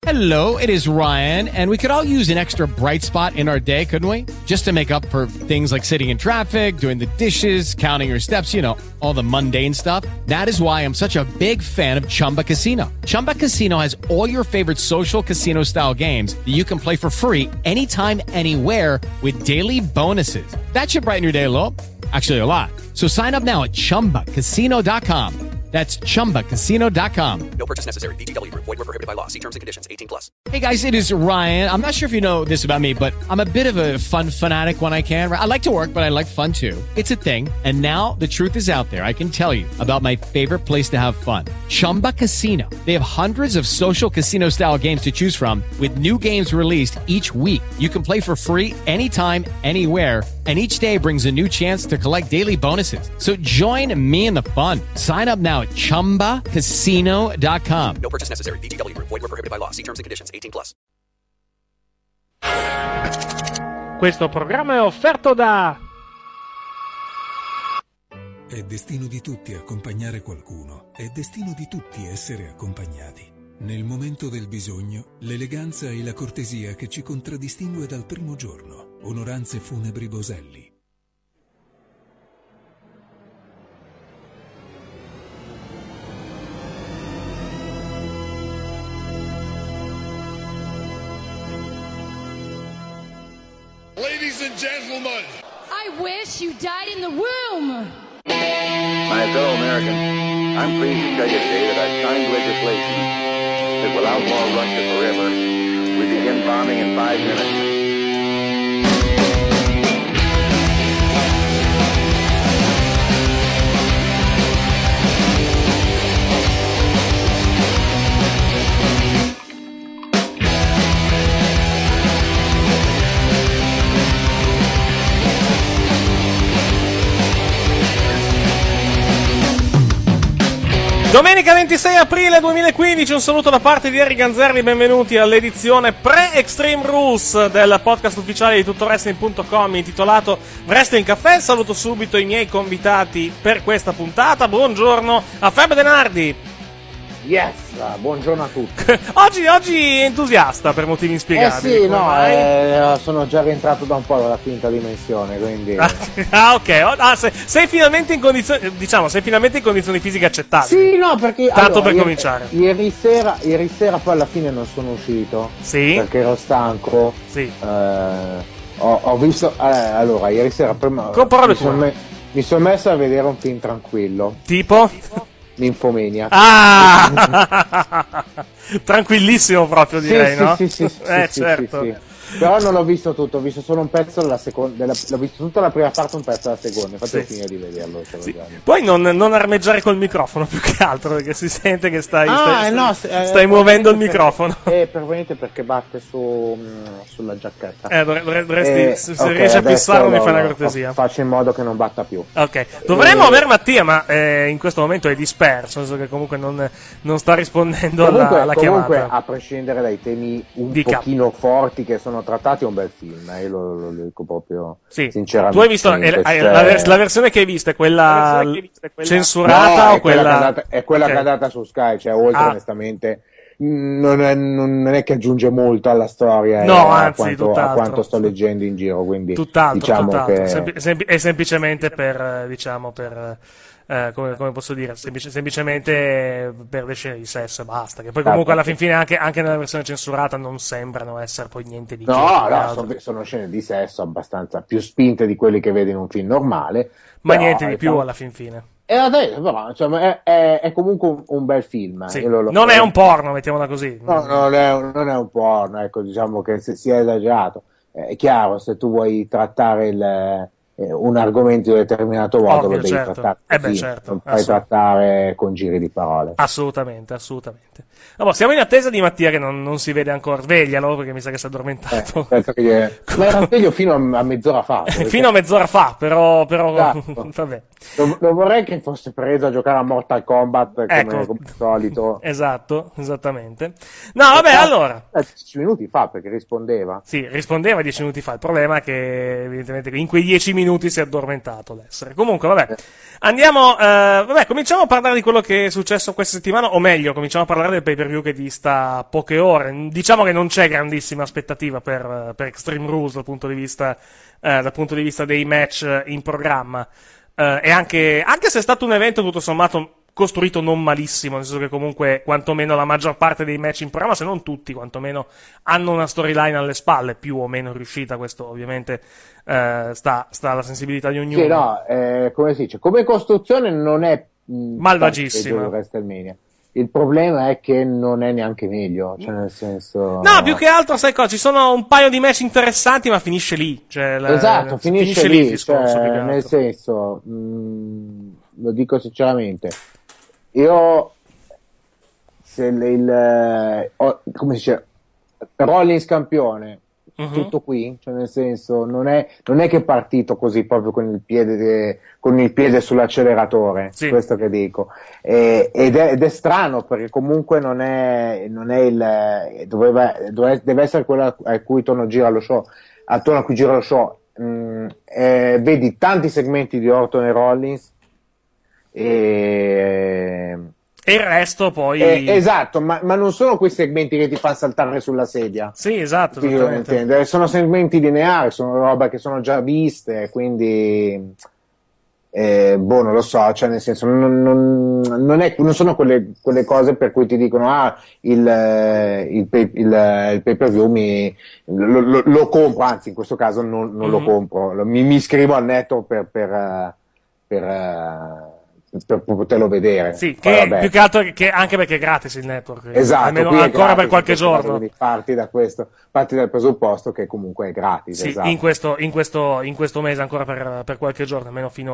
Hello, it is Ryan, and we could all use an extra bright spot in our day, couldn't we? Just to make up for things like sitting in traffic, doing the dishes, counting your steps, you know, all the mundane stuff. That is why I'm such a big fan of Chumba Casino. Chumba Casino has all your favorite social casino-style games that you can play for free anytime, anywhere with daily bonuses. That should brighten your day a little. Actually, a lot. So sign up now at ChumbaCasino.com. That's ChumbaCasino.com. No purchase necessary. VGW Group. Void where prohibited by law. See terms and conditions. 18+. Hey guys, it is Ryan. I'm not sure if you know this about me, but I'm a bit of a fun fanatic when I can. I like to work, but I like fun too. It's a thing. And now the truth is out there. I can tell you about my favorite place to have fun. Chumba Casino. They have hundreds of social casino style games to choose from with new games released each week. You can play for free anytime, anywhere. And each day brings a new chance to collect daily bonuses. So join me in the fun. Sign up now at ChumbaCasino.com. No purchase necessary. VGW Group. Void where prohibited by law. See terms and conditions. 18+. Questo programma è offerto da... È destino di tutti accompagnare qualcuno. È destino di tutti essere accompagnati. Nel momento del bisogno, l'eleganza e la cortesia che ci contraddistingue dal primo giorno. Onoranze Funebri Boselli. Ladies and gentlemen, I wish you died in the womb. My fellow Americans, I'm pleased to tell you today that I've signed legislation that will outlaw Russia forever. We begin bombing in 5 minutes. Domenica 26 aprile 2015, un saluto da parte di Eric Ganzerli, benvenuti all'edizione pre-Extreme Rules del podcast ufficiale di tuttoWrestling.com intitolato Wrestling Caffè. Saluto subito i miei convitati per questa puntata. Buongiorno a Fabio Denardi. Yes, buongiorno a tutti. Oggi entusiasta per motivi inspiegabili. Sì, no, sono già rientrato da un po' dalla quinta dimensione, quindi... ok, sei finalmente in condizioni, sei finalmente in condizioni fisiche accettabili. Sì, no, perché... Tanto per cominciare. Ieri sera poi alla fine non sono uscito. Sì? Perché ero stanco. Sì. Ho visto... allora, ieri sera prima... Mi sono messo a vedere un film tranquillo. Tipo? Ninfomania. Tranquillissimo proprio, direi, sì, no? Sì, certo. Sì. Però non l'ho visto tutto, ho visto solo un pezzo della seconda, l'ho visto tutta la prima parte, un pezzo della seconda, infatti ho finito di vederlo. Sì. Poi non armeggiare col microfono più che altro, perché si sente che stai muovendo il microfono. Probabilmente perché batte sulla giacchetta. Dovresti, se riesci a fissarlo mi fai una cortesia. Faccio in modo che non batta più. Ok, dovremmo aver Mattia, ma in questo momento è disperso, nel senso che comunque non sta rispondendo alla chiamata. Comunque, a prescindere dai temi pochino forti che sono trattati, è un bel film, io lo dico proprio sinceramente. Tu hai visto la versione che hai visto è quella censurata o quella? È quella che è andata su Sky, cioè oltre onestamente non è che aggiunge molto alla storia, a quanto sto leggendo in giro, quindi tutt'altro. Che è semplicemente per come posso dire, semplicemente per le scene di sesso e basta, che poi comunque alla fin fine anche nella versione censurata non sembrano essere poi niente di sono scene di sesso abbastanza più spinte di quelle che vedi in un film normale, ma niente di più alla fin fine. Però, insomma, è comunque un bel film. Sì. Non è un porno, mettiamola così. No, non è un porno, ecco, diciamo che si è esagerato. È chiaro, se tu vuoi trattare un argomento di determinato modo lo devi trattare così, non puoi trattare con giri di parole. Assolutamente. Siamo in attesa di Mattia che non si vede ancora. Sveglialo, perché mi sa che si è addormentato. Ma era sveglio fino a mezz'ora fa. Fino a mezz'ora fa, però esatto. Vabbè. Non vorrei che fosse preso a giocare a Mortal Kombat come al solito. Esatto, esattamente. No, vabbè, allora 10 minuti fa, perché rispondeva. Sì, rispondeva 10 minuti fa. Il problema è che evidentemente in quei 10 minuti minuti si è addormentato l'essere. Comunque, vabbè. Andiamo, cominciamo a parlare di quello che è successo questa settimana, o meglio, cominciamo a parlare del pay-per-view che dista poche ore. Diciamo che non c'è grandissima aspettativa per Extreme Rules dal punto di vista dei match in programma. E anche se è stato un evento tutto sommato costruito non malissimo, nel senso che comunque quantomeno la maggior parte dei match in programma, se non tutti, quantomeno hanno una storyline alle spalle, più o meno riuscita. Questo ovviamente sta alla sensibilità di ognuno. Sì, no, come si dice, come costruzione non è malvagissima WrestleMania. Il problema è che non è neanche meglio, cioè nel senso... No, più che altro, sai cosa, ci sono un paio di match interessanti, ma finisce lì. Cioè, esatto, finisce lì, il discorso, cioè, nel senso, lo dico sinceramente, io se come si dice, Rollins campione, tutto qui, cioè nel senso, non è che è partito così proprio con il piede sull'acceleratore, sì. Questo che dico, ed è strano, perché comunque non è deve essere quello a cui attorno a cui gira lo show. Vedi tanti segmenti di Orton e Rollins e il resto poi... esatto, ma non sono quei segmenti che ti fanno saltare sulla sedia. Sì, esatto. Sono segmenti lineari, sono roba che sono già viste, quindi non lo so, cioè nel senso non sono quelle cose per cui ti dicono il pay-per-view lo compro, anzi in questo caso non lo compro, mi iscrivo al network per poterlo vedere. Sì, che più che altro anche perché è gratis il network. Esatto, almeno ancora gratis, per qualche giorno. Quindi parti dal presupposto che comunque è gratis. Sì, esatto. in questo mese ancora per qualche giorno, almeno fino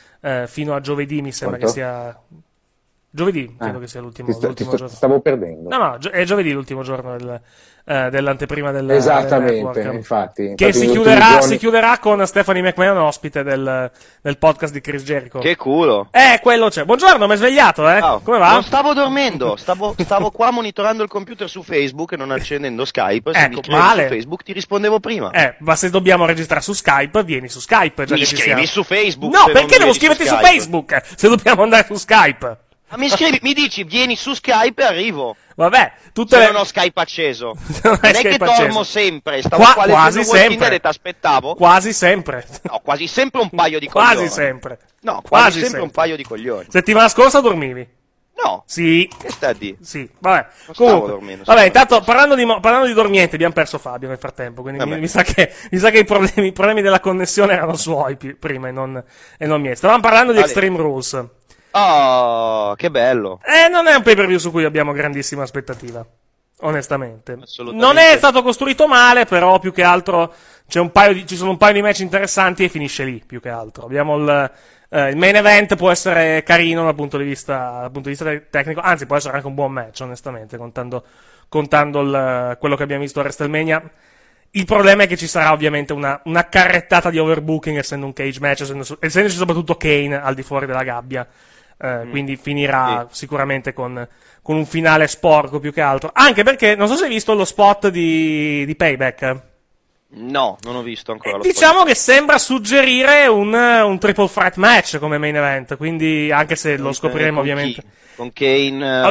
a giovedì mi sembra che sia. Giovedì credo che sia l'ultimo giorno. Stavo perdendo. No, è giovedì l'ultimo giorno dell'anteprima del esattamente, infatti si chiuderà con Stephanie McMahon ospite del podcast di Chris Jericho. Che culo. Quello c'è. Buongiorno, mi hai svegliato, Oh, come va? Non stavo dormendo, stavo qua monitorando il computer su Facebook e non accendendo Skype. Se mi iscrivi su Facebook ti rispondevo prima. Ma se dobbiamo registrare su Skype, vieni su Skype. Mi iscrivi su Facebook. No, perché devo iscriverti su Facebook se dobbiamo andare su Skype? Mi dici, vieni su Skype e arrivo. Vabbè, non ho Skype acceso. Non è che dormo sempre. Stavo qua quasi sempre. E ti aspettavo. Quasi sempre. No, quasi sempre un paio di coglioni. Quasi sempre. No, quasi sempre un paio di coglioni. Settimana scorsa dormivi? No. Sì. Che sta a dire? Sì, vabbè. Non comunque, stavo dormendo. Vabbè, intanto parlando di dormienti abbiamo perso Fabio nel frattempo, quindi mi sa che i problemi della connessione erano suoi prima e non miei. Stavamo parlando di Extreme Rules. Oh, che bello. Non è un pay-per-view su cui abbiamo grandissima aspettativa, onestamente. Non è stato costruito male, però più che altro ci sono un paio di match interessanti e finisce lì, più che altro. Abbiamo il main event, può essere carino dal punto di vista tecnico, anzi può essere anche un buon match, onestamente, contando quello che abbiamo visto a WrestleMania. Il problema è che ci sarà ovviamente una carrettata di overbooking, essendo un cage match, essendoci soprattutto Kane al di fuori della gabbia. Quindi finirà sicuramente con un finale sporco più che altro. Anche perché, non so se hai visto lo spot di Payback. No, non ho visto ancora lo diciamo spot. Che sembra suggerire un triple threat match come main event, quindi anche se lo scopriremo ovviamente. Con Kane,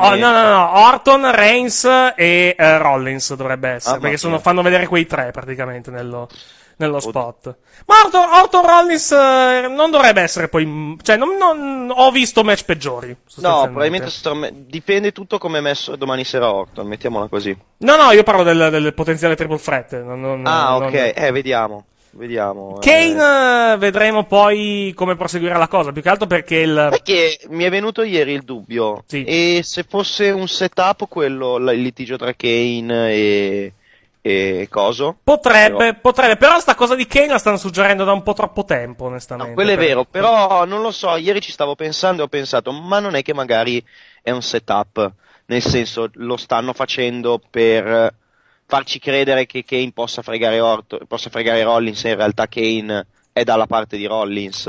Orton, Reigns e Rollins dovrebbe essere, perché fanno vedere quei tre praticamente nello spot. Ma Orton Rollins non dovrebbe essere poi, cioè non ho visto match peggiori. No, probabilmente dipende tutto come è messo domani sera Orton, mettiamola così. No, io parlo del potenziale triple threat. Ok, vediamo. Kane vedremo poi come proseguirà la cosa, più che altro perché mi è venuto ieri il dubbio. Sì. E se fosse un setup quello, il litigio tra Kane e coso? Potrebbe, però sta cosa di Kane la stanno suggerendo da un po' troppo tempo, onestamente. No, quello è vero, però non lo so, ieri ci stavo pensando e ho pensato, ma non è che magari è un setup, nel senso lo stanno facendo per farci credere che Kane possa fregare Rollins, e in realtà Kane è dalla parte di Rollins.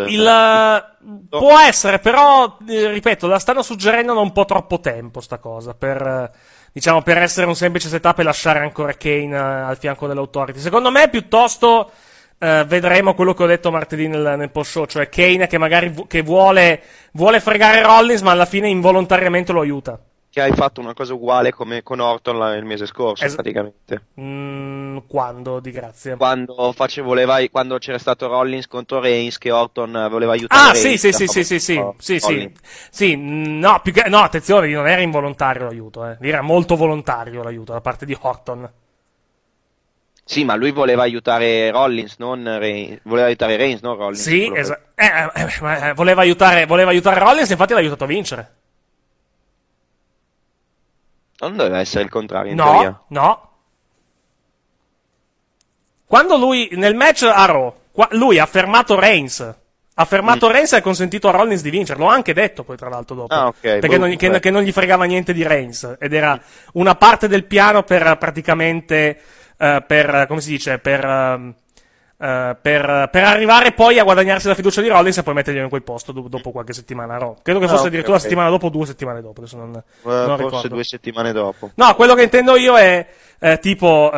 Può essere, però ripeto, la stanno suggerendo da un po' troppo tempo sta cosa, per essere un semplice setup e lasciare ancora Kane al fianco dell'Authority. Secondo me piuttosto vedremo quello che ho detto martedì nel post show, cioè Kane che magari che vuole fregare Rollins, ma alla fine involontariamente lo aiuta. Che hai fatto una cosa uguale come con Orton il mese scorso, praticamente. Quando, di grazia? Quando c'era stato Rollins contro Reigns, che Orton voleva aiutare Reigns. Sì, no, attenzione, non era involontario l'aiuto, era molto volontario l'aiuto da parte di Orton. Sì, ma lui voleva aiutare Rollins, non Reigns. Voleva aiutare Reigns, non Rollins. Sì, voleva aiutare Rollins, infatti l'ha aiutato a vincere. Non doveva essere il contrario, in teoria. No. Quando lui, nel match a Raw, lui ha fermato Reigns. Ha fermato Reigns e ha consentito a Rollins di vincere. L'ho anche detto poi, tra l'altro, dopo. Okay, perché che non gli fregava niente di Reigns. Ed era una parte del piano per praticamente... come si dice? Per arrivare poi a guadagnarsi la fiducia di Rollins e poi metterglielo in quel posto dopo qualche settimana a Raw. Credo che fosse addirittura la settimana dopo o 2 settimane dopo. Adesso non forse ricordo. 2 settimane dopo. No, quello che intendo io è tipo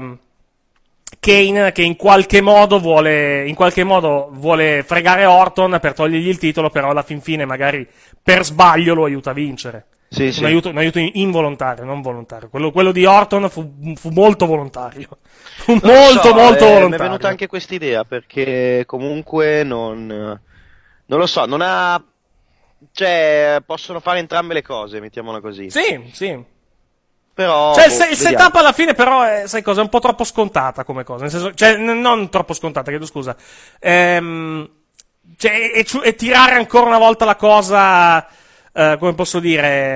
Kane che in qualche modo vuole fregare Orton per togliergli il titolo, però alla fin fine magari per sbaglio lo aiuta a vincere. Sì. Un aiuto involontario, non volontario. Quello di Orton fu molto volontario. Molto volontario. Mi è venuta anche quest'idea, perché comunque non lo so, non ha... Cioè, possono fare entrambe le cose, mettiamola così. Sì. Però... Cioè, il setup alla fine però, sai cosa, è un po' troppo scontata come cosa. Nel senso, cioè, non troppo scontata, chiedo scusa. Cioè, e tirare ancora una volta la cosa... come posso dire,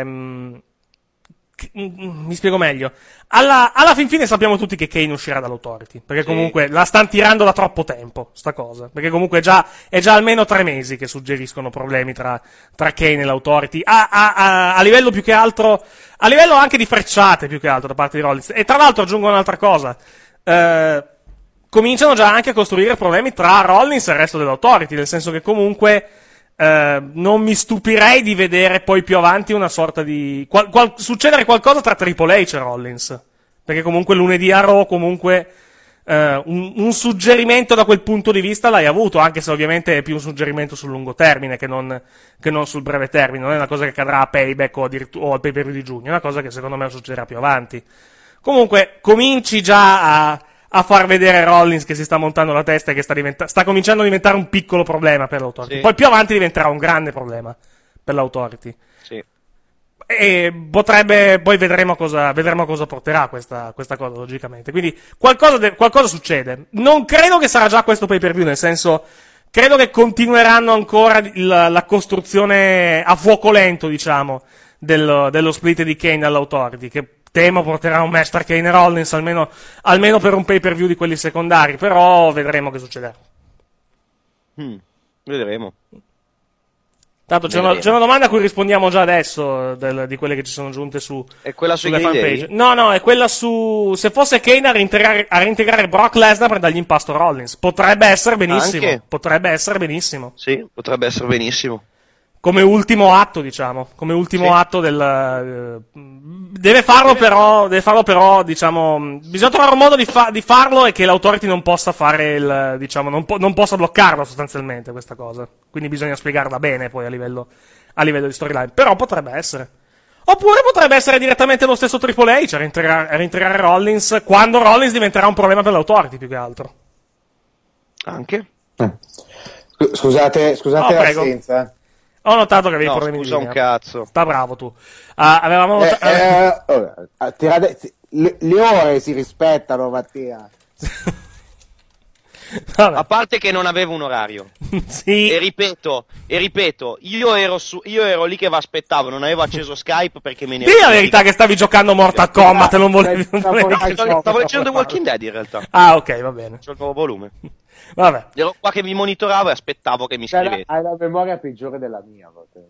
mi spiego meglio. Alla fin fine sappiamo tutti che Kane uscirà dall'Authority, perché comunque la stanno tirando da troppo tempo, sta cosa, perché comunque è già almeno 3 mesi che suggeriscono problemi tra Kane e l'Authority, a livello più che altro, a livello anche di frecciate più che altro da parte di Rollins. E tra l'altro aggiungo un'altra cosa, cominciano già anche a costruire problemi tra Rollins e il resto dell'Authority, nel senso che comunque non mi stupirei di vedere poi più avanti una sorta di succedere qualcosa tra Triple H e Rollins, perché comunque lunedì a Raw comunque un suggerimento da quel punto di vista l'hai avuto, anche se ovviamente è più un suggerimento sul lungo termine che non sul breve termine. Non è una cosa che accadrà a Payback o al pay-per-view di giugno, è una cosa che secondo me succederà più avanti. Comunque cominci già a far vedere Rollins che si sta montando la testa e che sta cominciando a diventare un piccolo problema per l'Authority. Sì. Poi più avanti diventerà un grande problema per l'Authority. Sì. E poi vedremo cosa porterà questa cosa, logicamente. Quindi qualcosa succede. Non credo che sarà già questo pay-per-view, nel senso, credo che continueranno ancora la costruzione a fuoco lento, diciamo, dello split di Kane all'Authority, che temo porterà un match tra Kane e Rollins, almeno per un pay-per-view di quelli secondari, però vedremo che succederà. Vedremo. Tanto c'è una domanda a cui rispondiamo già adesso, di quelle che ci sono giunte è quella sulle fanpage. No, è quella se fosse Kane a reintegrare Brock Lesnar per dargli in pasto Rollins. Potrebbe essere benissimo. Anche. Potrebbe essere benissimo. Sì, potrebbe essere benissimo. Come ultimo atto, diciamo. Atto deve farlo però, diciamo, bisogna trovare un modo di farlo e che l'Authority non possa fare non possa bloccarlo sostanzialmente questa cosa. Quindi bisogna spiegarla bene poi a livello di storyline. Però potrebbe essere. Oppure potrebbe essere direttamente lo stesso Triple H a reintegrare Rollins quando Rollins diventerà un problema per l'Authority più che altro. Anche. Scusate l'assenza. Ho notato che avevi problemi di linea. Scusa un cazzo. Sta bravo tu. Avevamo le ore si rispettano, Mattia. A parte che non avevo un orario. Sì. E ripeto, io ero lì che vi aspettavo, non avevo acceso Skype perché me ne Dì la verità che stavi giocando Mortal Kombat e non volevi. Stavo leggendo The Walking Dead in realtà. Ah, ok, va bene. C'ho il nuovo volume. Vabbè. Ero qua che mi monitoravo e aspettavo che mi scrivete. Hai la memoria peggiore della mia.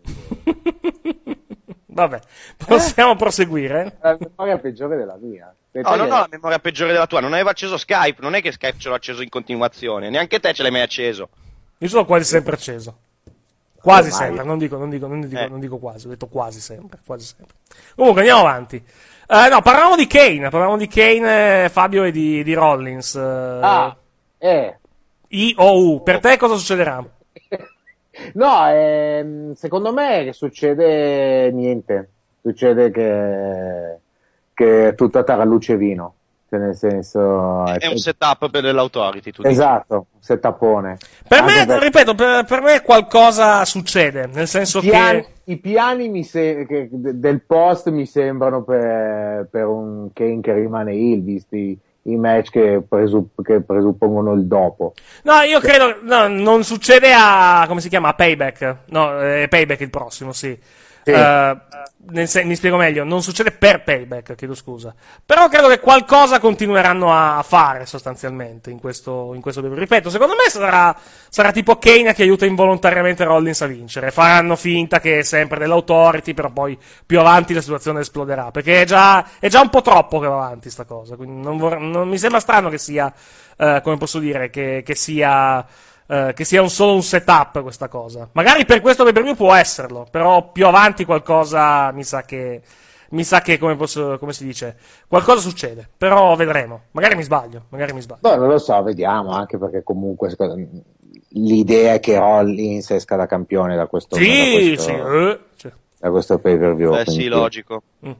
Vabbè, possiamo proseguire? La memoria peggiore della mia. No, non ho la memoria peggiore della tua, non avevo acceso Skype, non è che Skype ce l'ho acceso in continuazione, neanche te ce l'hai mai acceso. Io sono quasi sempre acceso. Quasi sempre, non dico quasi, ho detto quasi sempre. Comunque andiamo avanti. No, parlavamo di Kane, Fabio, e di Rollins. I o U. Per te cosa succederà? No, secondo me succede niente. Succede che è tutta taralluce e vino. Cioè, nel senso... È un setup per l'Authority. Esatto, un setupone. Per me, ripeto, per me qualcosa succede. Nel senso che... I piani del post mi sembrano per un Kane che rimane heel, visti i match che presuppongono il dopo. No, io credo, no, non succede come si chiama? A Payback. No, è Payback il prossimo, sì. Mi spiego meglio, non succede per Payback, chiedo scusa. Però credo che qualcosa continueranno a fare sostanzialmente in questo ripeto, secondo me sarà tipo Kane che aiuta involontariamente Rollins a vincere. Faranno finta che è sempre dell'Authority, però poi più avanti la situazione esploderà, perché è già un po' troppo che va avanti sta cosa, quindi non mi sembra strano che sia come posso dire, che sia solo un setup questa cosa. Magari per questo pay-per-view può esserlo, però più avanti qualcosa mi sa che come si dice, qualcosa succede, però vedremo. Magari mi sbaglio. No, non lo so, vediamo, anche perché comunque l'idea è che Rollins esca da campione da questo da questo pay-per-view. Sì, logico.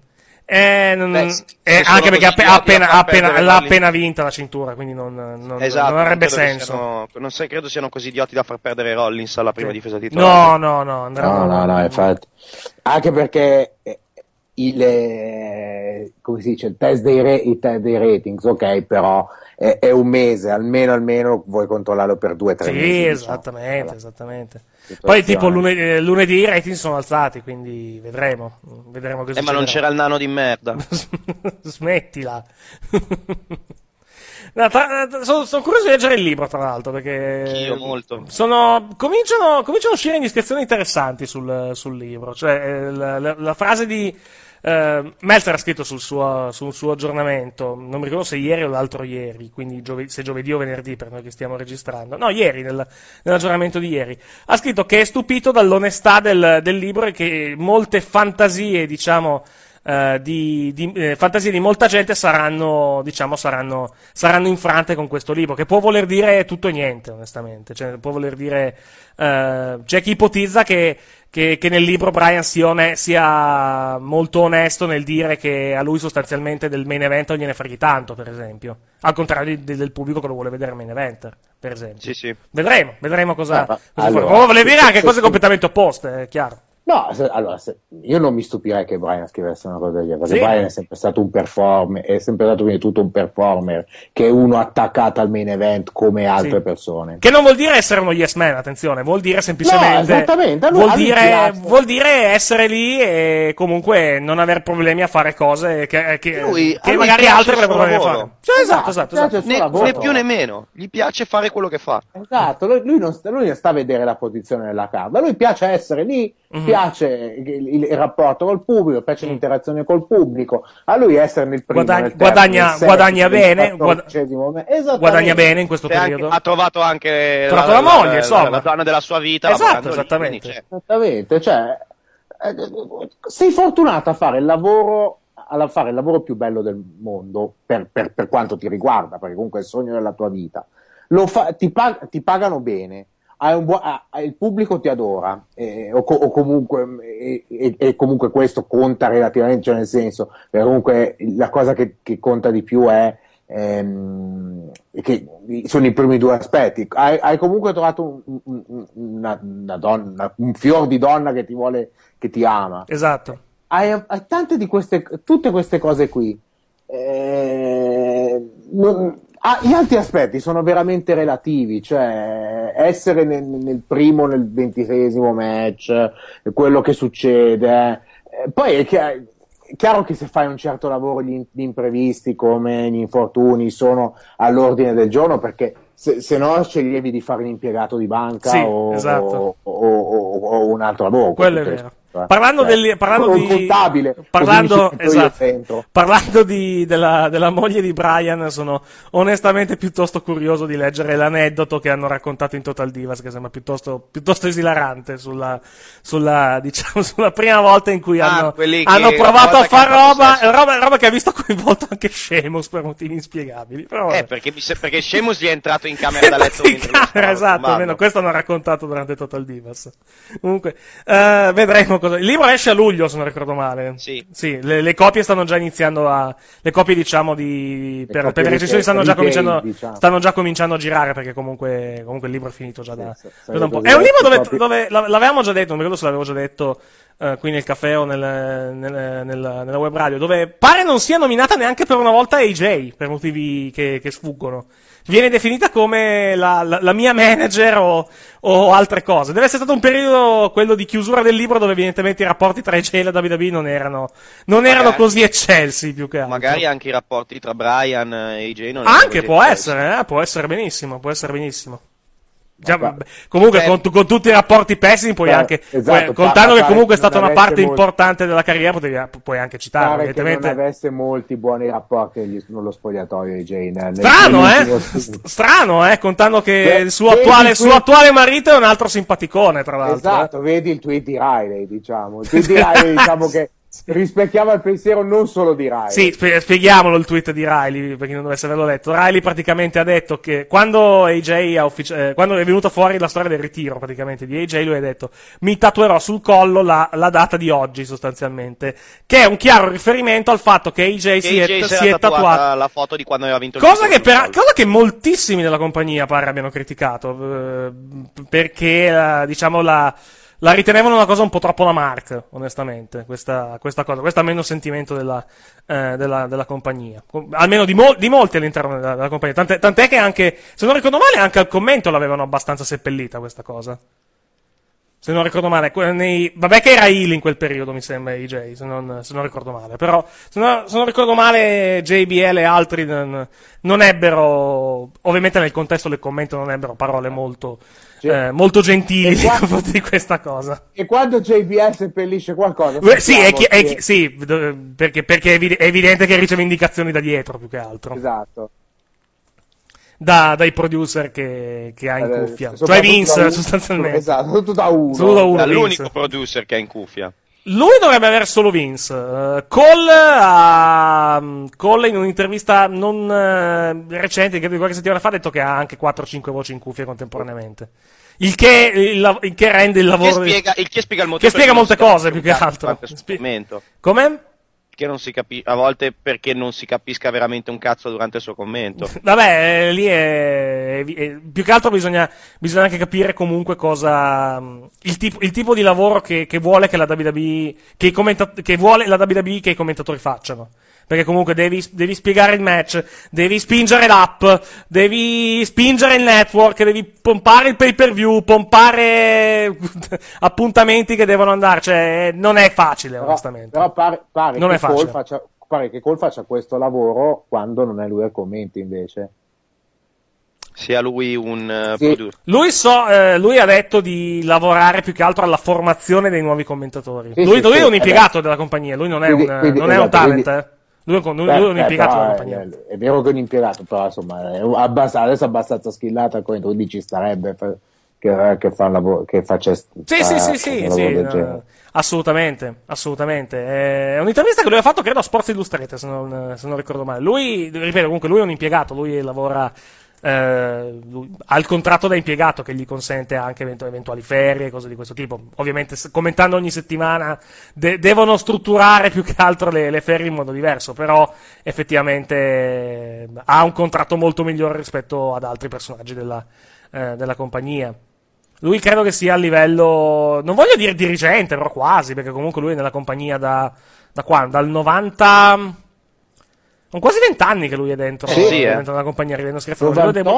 Anche perché l'ha appena vinta la cintura, quindi non avrebbe senso. Credo siano così idioti da far perdere Rollins alla prima difesa titolare. No, infatti. Anche perché come si dice, il test dei ratings, ok, però è un mese, almeno vuoi controllarlo per 2 o 3 mesi. Sì, esattamente. Poi tipo lunedì i rating sono alzati, quindi vedremo cosa ma non c'era il nano di merda. Smettila. No, sono curioso di leggere il libro, tra l'altro, perché io molto. Cominciano a uscire indiscrezioni interessanti sul libro. Cioè la frase di Meltzer ha scritto sul suo aggiornamento, non mi ricordo se ieri o l'altro ieri, quindi se giovedì o venerdì per noi che stiamo registrando, no, ieri, nell'aggiornamento di ieri, ha scritto che è stupito dall'onestà del libro e che molte fantasie, diciamo, fantasie di molta gente saranno infrante con questo libro, che può voler dire tutto e niente, onestamente. Cioè, può voler dire c'è chi ipotizza che nel libro Bryan sia molto onesto nel dire che a lui sostanzialmente del main event non gliene freghi tanto, per esempio, al contrario del pubblico che lo vuole vedere main eventer, per esempio. Sì. Vedremo cosa vuole dire anche cose completamente opposte, è chiaro. No, io non mi stupirei che Bryan scrivesse una cosa del genere, perché Bryan è sempre stato un performer, è sempre stato quindi tutto un performer, che è uno attaccato al main event come altre persone. Che non vuol dire essere uno yes man, attenzione, vuol dire semplicemente... No, esattamente. Vuol dire essere lì e comunque non aver problemi a fare cose che magari altri avrebbero problemi a fare. Cioè, esatto. Né più né meno, gli piace fare quello che fa. Esatto, lui non sta a vedere la posizione della carta, a lui piace essere lì, piace il rapporto col pubblico, piace l'interazione col pubblico, a lui essere nel primo guadagna bene in questo periodo, ha trovato anche la moglie, insomma, la donna della sua vita, esattamente, cioè sei fortunato a fare il lavoro più bello del mondo per quanto ti riguarda, perché comunque è il sogno della tua vita, ti pagano bene, il pubblico ti adora, o comunque questo conta relativamente, cioè nel senso, comunque la cosa che conta di più è che sono i primi 2 aspetti. Hai comunque trovato una donna, un fior di donna che ti vuole, che ti ama. Esatto. Hai tante di tutte queste cose qui. Gli altri aspetti sono veramente relativi, cioè essere nel primo, nel 26esimo match, quello che succede. Poi è chiaro che se fai un certo lavoro gli imprevisti come gli infortuni sono all'ordine del giorno, perché se no sceglievi di fare l'impiegato di banca o un altro lavoro. Quello è vero. Parlando un contabile, parlando della moglie di Brian, sono onestamente piuttosto curioso di leggere l'aneddoto che hanno raccontato in Total Divas, che sembra piuttosto esilarante sulla prima volta in cui hanno provato a far roba che ha visto coinvolto anche Sheamus per motivi inspiegabili. Però, perché Sheamus gli è entrato in camera da letto esatto, almeno questo hanno raccontato durante Total Divas. Comunque vedremo cosa. Il libro esce a luglio, se non ricordo male. Sì, le copie stanno già iniziando le copie, diciamo, per le recensioni stanno già cominciando a girare, perché comunque il libro è finito già da un po'. È un libro dove l'avevamo già detto, non mi ricordo se l'avevo già detto qui nel caffè o nella web radio, dove pare non sia nominata neanche per una volta AJ, per motivi che sfuggono. Viene definita come la mia manager o altre cose. Deve essere stato un periodo, quello di chiusura del libro, dove evidentemente i rapporti tra AJ e la WWE non erano così eccelsi, più che altro. Magari anche i rapporti tra Brian e AJ non erano anche può essere benissimo. Comunque con tutti i rapporti pessimi puoi anche contando che comunque è stata una parte importante della carriera, puoi anche citarlo. Evidentemente non avesse molti buoni rapporti nello spogliatoio AJ. Strano, contando che il suo attuale marito è un altro simpaticone, tra l'altro. Esatto, vedi il tweet di Riley, diciamo. Il tweet di Riley, diciamo che rispecchiava il pensiero non solo di Riley. Sì, spieghiamolo il tweet di Riley, per chi non dovesse averlo letto. Riley praticamente ha detto che quando quando è venuta fuori la storia del ritiro praticamente di AJ, lui ha detto: mi tatuerò sul collo la data di oggi, sostanzialmente, che è un chiaro riferimento al fatto che AJ si è tatuata la foto di quando aveva vinto il cosa che moltissimi nella compagnia pare abbiano criticato, perché diciamo la ritenevano una cosa un po' troppo la Mark, onestamente, questa cosa, questo almeno sentimento della compagnia, almeno di molti all'interno della compagnia, tant'è che anche, se non ricordo male, anche al commento l'avevano abbastanza seppellita questa cosa, se non ricordo male, vabbè che era heel in quel periodo, mi sembra, AJ, se non ricordo male, però se non ricordo male, JBL e altri non ebbero, ovviamente nel contesto del commento non ebbero parole molto gentili nei confronti di questa cosa. E quando JBL seppellisce qualcosa, perché è evidente che riceve indicazioni da dietro, più che altro. Esatto. Dai producer che ha in cuffia, cioè Vince, sostanzialmente. Esatto, tutto da uno. Dall'unico producer che ha in cuffia. Lui dovrebbe avere solo Vince. Cole in un'intervista non recente, che qualche settimana fa, ha detto che ha anche 4-5 voci in cuffia contemporaneamente. Il che rende il lavoro. Il che spiega il motivo. Che spiega molte cose, più che altro. Come? Che non si capisce, a volte perché non si capisca veramente un cazzo durante il suo commento. Vabbè, lì è più che altro bisogna anche capire comunque cosa il tipo di lavoro che vuole che la WWE che vuole la WWE che i commentatori facciano. Perché comunque devi spiegare il match, devi spingere l'app, devi spingere il network, devi pompare il pay-per-view, pompare appuntamenti che devono andare, cioè non è facile, onestamente. Però pare non che è facile. Pare che Cole faccia questo lavoro quando non è lui a commenti, invece. Sia lui un sì. producer. Lui ha detto di lavorare più che altro alla formazione dei nuovi commentatori. Sì, lui è un impiegato della compagnia, lui non è un talent, Lui è un impiegato della compagnia. È vero che è un impiegato, però insomma adesso è abbastanza skillato, quindi ci starebbe che fa un lavoro, che faccia sì, assolutamente. È un'intervista che lui ha fatto, credo, a Sports Illustrated, se non ricordo male. Lui, ripeto, comunque lui è un impiegato, lui lavora ha il contratto da impiegato che gli consente anche eventuali ferie e cose di questo tipo. Ovviamente commentando ogni settimana devono strutturare più che altro le ferie in modo diverso, però effettivamente ha un contratto molto migliore rispetto ad altri personaggi della compagnia. Lui credo che sia a livello, non voglio dire dirigente, però quasi, perché comunque lui è nella compagnia da quando? Dal 90... Sono quasi 20 anni che lui è dentro, dentro la compagnia, ridendo scherzando.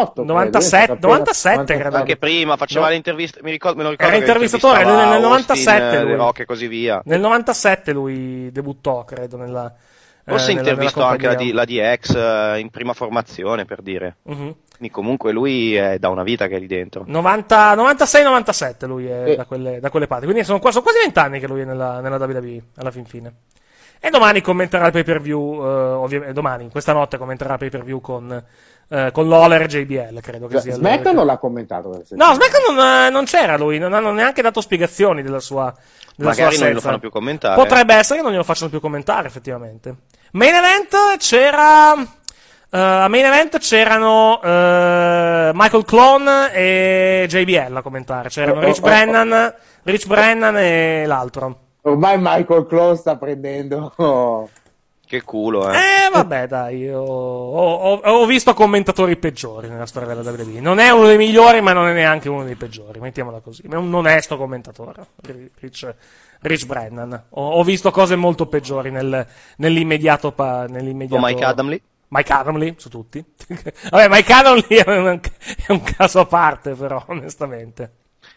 97 credo. Anche prima faceva le interviste, me lo ricordo. Era intervistatore nel 97 lui. Rock e così via. Nel 97 lui debuttò, credo, forse intervistò anche la DX in prima formazione, per dire. Uh-huh. Quindi comunque lui è da una vita che è lì dentro. 96-97 lui è da quelle parti. Quindi sono quasi 20 anni che lui è nella WWE, alla fin fine. E domani commenterà il pay-per-view, ovviamente domani, questa notte commenterà il pay-per-view con Lawler e JBL, credo che sia. SmackDown non l'ha commentato? No, SmackDown non c'era lui, non hanno neanche dato spiegazioni della sua Magari non lo fanno più commentare. Potrebbe essere che non glielo facciano più commentare, effettivamente. Main event c'era... a main event c'erano Michael Clone e JBL a commentare. C'erano Rich Brennan e l'altro. Ormai Michael Clone sta prendendo... Che culo, vabbè, dai, ho visto commentatori peggiori nella storia della WWE. Non è uno dei migliori, ma non è neanche uno dei peggiori, mettiamola così. È un onesto commentatore, Rich Brennan. Ho visto cose molto peggiori nell'immediato. O Mike Adamle? Mike Adamle, su tutti. Vabbè, Mike Adamle è un caso a parte, però, onestamente.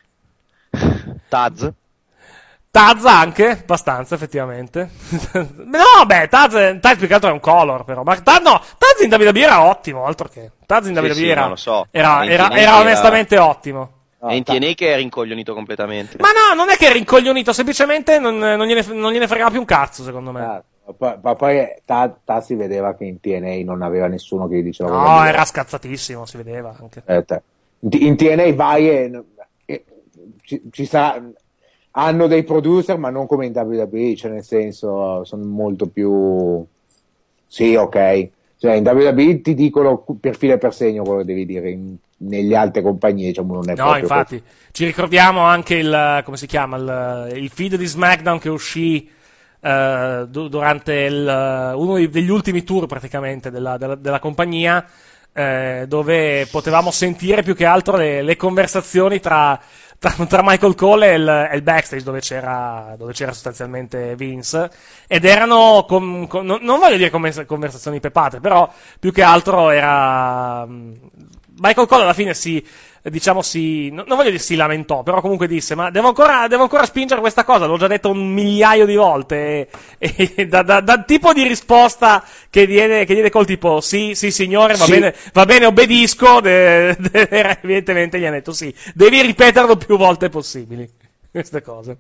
Taz anche, abbastanza, effettivamente. No, beh, Taz più che altro è un color, però. Ma Taz in WWE era ottimo, altro che. Taz in WWE era, lo so. era onestamente ottimo. E in TNA che è rincoglionito completamente. Ma no, non è che è rincoglionito, semplicemente non gliene fregava più un cazzo, secondo me. Ma poi Taz si vedeva che in TNA non aveva nessuno che gli diceva... No, era scazzatissimo, si vedeva anche. In TNA vai e ci sarà... Hanno dei producer, ma non come in WWE, cioè nel senso sono molto più... Sì, ok. Cioè in WWE ti dicono per filo e per segno quello che devi dire, nelle altre compagnie diciamo non è proprio... No, infatti, ci ricordiamo anche come si chiama, il feed di SmackDown che uscì durante uno degli ultimi tour praticamente della compagnia, dove potevamo sentire più che altro le conversazioni tra Michael Cole e il backstage dove c'era sostanzialmente Vince, ed erano non voglio dire conversazioni pepate, però più che altro era Michael Cole alla fine non voglio dire si lamentò, però comunque disse: ma devo ancora spingere questa cosa, l'ho già detto 1.000.000 di volte, e da tipo di risposta che diede col tipo sì signore, va bene, obbedisco, evidentemente gli hanno detto sì, devi ripeterlo più volte possibili queste cose.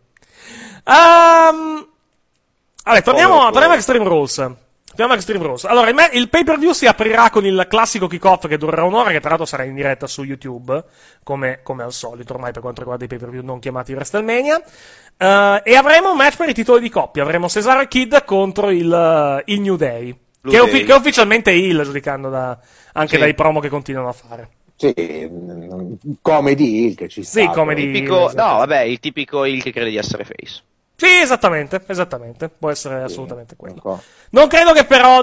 Vabbè, torniamo a Extreme Rules. Allora, il pay-per-view si aprirà con il classico kick-off che durerà un'ora, che peraltro sarà in diretta su YouTube, come al solito, ormai per quanto riguarda i pay-per-view non chiamati WrestleMania. E avremo un match per i titoli di coppia. Avremo Cesaro e Kid contro il New Day, che è ufficialmente heel, giudicando anche dai promo che continuano a fare. Sì, comedy heel che ci sta. Sì, comedy heel. No, vabbè, il tipico heel che crede di essere face. Sì, esattamente, può essere assolutamente quello. Non credo che però,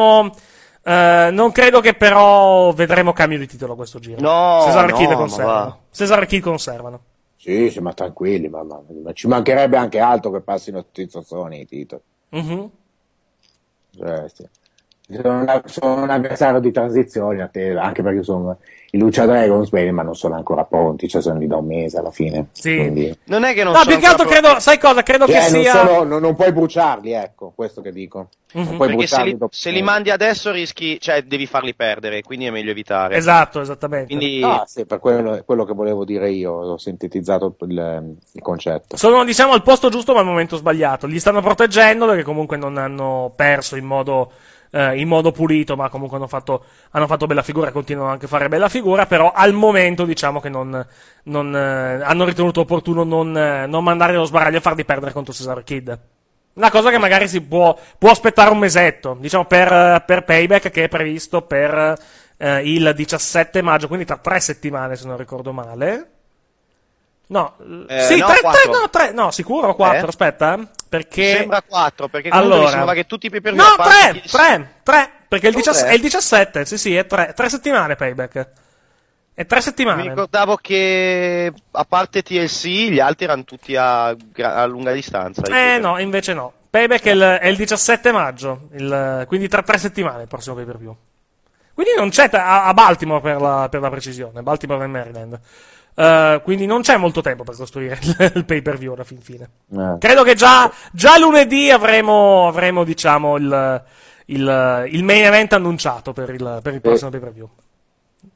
vedremo cambio di titolo questo giro. No, Cesaro e Kid conservano. Sì, ma tranquilli, ma ci mancherebbe anche altro che passino Tizzoni i titoli. Mm-hmm. Cioè, sì. Sono un avversario di transizione a te, anche perché sono i Lucha Dragons, bene, ma non sono ancora pronti, cioè sono lì da un mese alla fine. Sì. Quindi... Non è che non no, sono più che altro credo, sai cosa? Credo che sia... non puoi bruciarli, ecco, questo che dico. Mm-hmm. Non puoi perché bruciarli se li mandi adesso rischi, cioè devi farli perdere, quindi è meglio evitare. Esatto, esattamente. Quindi... sì, per quello che volevo dire io, ho sintetizzato il concetto. Sono, diciamo, al posto giusto ma al momento sbagliato. Li stanno proteggendo perché comunque non hanno perso in modo pulito, ma comunque hanno fatto bella figura e continuano anche a fare bella figura, però al momento diciamo che non hanno ritenuto opportuno non mandare lo sbaraglio a farli perdere contro Cesaro Kid. Una cosa che magari si può aspettare un mesetto, diciamo per Payback, che è previsto per il 17 maggio, quindi tra 3 settimane se non ricordo male. No, sì, no, 3, no, sicuro 4, aspetta, perché... Mi sembra 4, perché comunque mi sembra che tutti i pay-per-view... No, 3, perché è il 17, sì, è 3 settimane Payback. È 3 settimane. Mi ricordavo che, a parte TLC, gli altri erano tutti a lunga distanza. No, invece no. Payback è il 17 maggio, quindi tra 3 settimane il prossimo pay-per-view. Quindi non c'è a Baltimore per la precisione, Baltimore e Maryland. Quindi non c'è molto tempo per costruire il pay-per-view alla fin fine. Credo che già lunedì avremo diciamo il main event annunciato per il prossimo pay-per-view.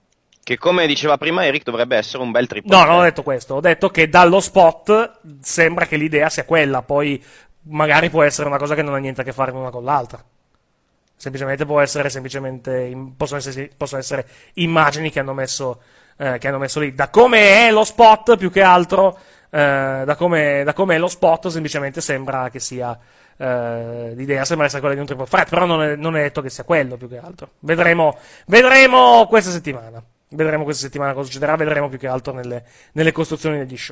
Che come diceva prima Eric dovrebbe essere un bel triple. No, non ho detto questo, ho detto che dallo spot sembra che l'idea sia quella, poi magari può essere una cosa che non ha niente a che fare l'una con l'altra. Semplicemente possono essere immagini che hanno messo lì. Da come è lo spot, più che altro, da come è lo spot, semplicemente sembra che sia l'idea sembra essere quella di un triple threat, però non è detto che sia quello, più che altro. Vedremo questa settimana. Vedremo questa settimana cosa succederà, vedremo più che altro nelle costruzioni degli show.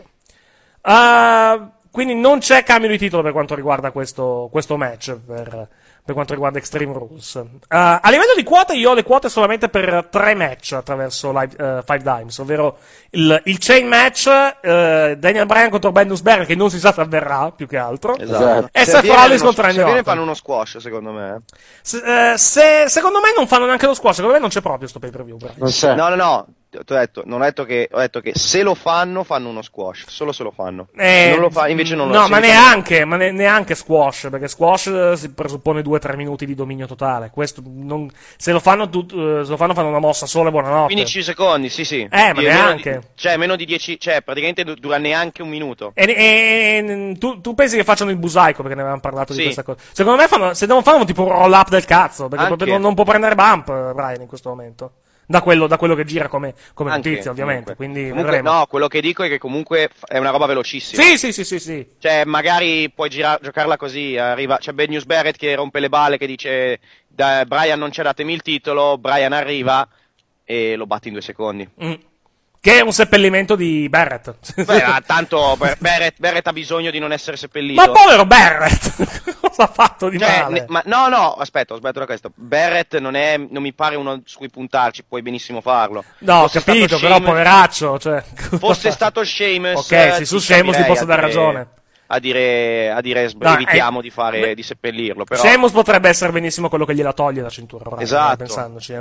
Quindi non c'è cambio di titolo per quanto riguarda questo match, per quanto riguarda Extreme Rules. A livello di quote, io ho le quote solamente per 3 match attraverso Five Dimes, ovvero il chain match, Daniel Bryan contro Bendus Barrett, che non si sa se avverrà, più che altro. Esatto. E Seth Rollins contro Randy Orton. fanno uno squash, secondo me. Secondo me non fanno neanche lo squash, secondo me non c'è proprio sto pay-per-view. No. Non ho detto che se lo fanno uno squash, solo se lo fanno. Non lo fa, invece non lo No, ma neanche squash, perché squash si presuppone 2-3 minuti di dominio totale. Questo se lo fanno fanno una mossa sola e buonanotte. 15 secondi, sì. Ma neanche. Meno di 10, praticamente dura neanche un minuto. E tu pensi che facciano il busaico, perché ne avevamo parlato di questa cosa. Secondo me se non fanno tipo un roll up del cazzo, perché proprio non può prendere bump Brian in questo momento. Da quello che gira come notizia, ovviamente. Quindi vedremo. No, quello che dico è che comunque è una roba velocissima. Sì. Cioè, magari puoi giocarla così. C'è Benius Barrett che rompe le balle, che dice Brian non c'è, datemi il titolo. Brian arriva e lo batte in 2 secondi. Che è un seppellimento di Barrett. Tanto Barrett ha bisogno di non essere seppellito. Ma povero Barrett! Cosa ha fatto di male? No, aspetta, ho sbagliato da questo. Barrett non mi pare uno su cui puntarci, puoi benissimo farlo. No, ho capito, però poveraccio. Cioè, fosse stato Sheamus. Ok, sì, su Sheamus ti posso dare ragione. A dire evitiamo di seppellirlo. Però... Sheamus potrebbe essere benissimo quello che gliela toglie la cintura. Esatto. Pensandoci,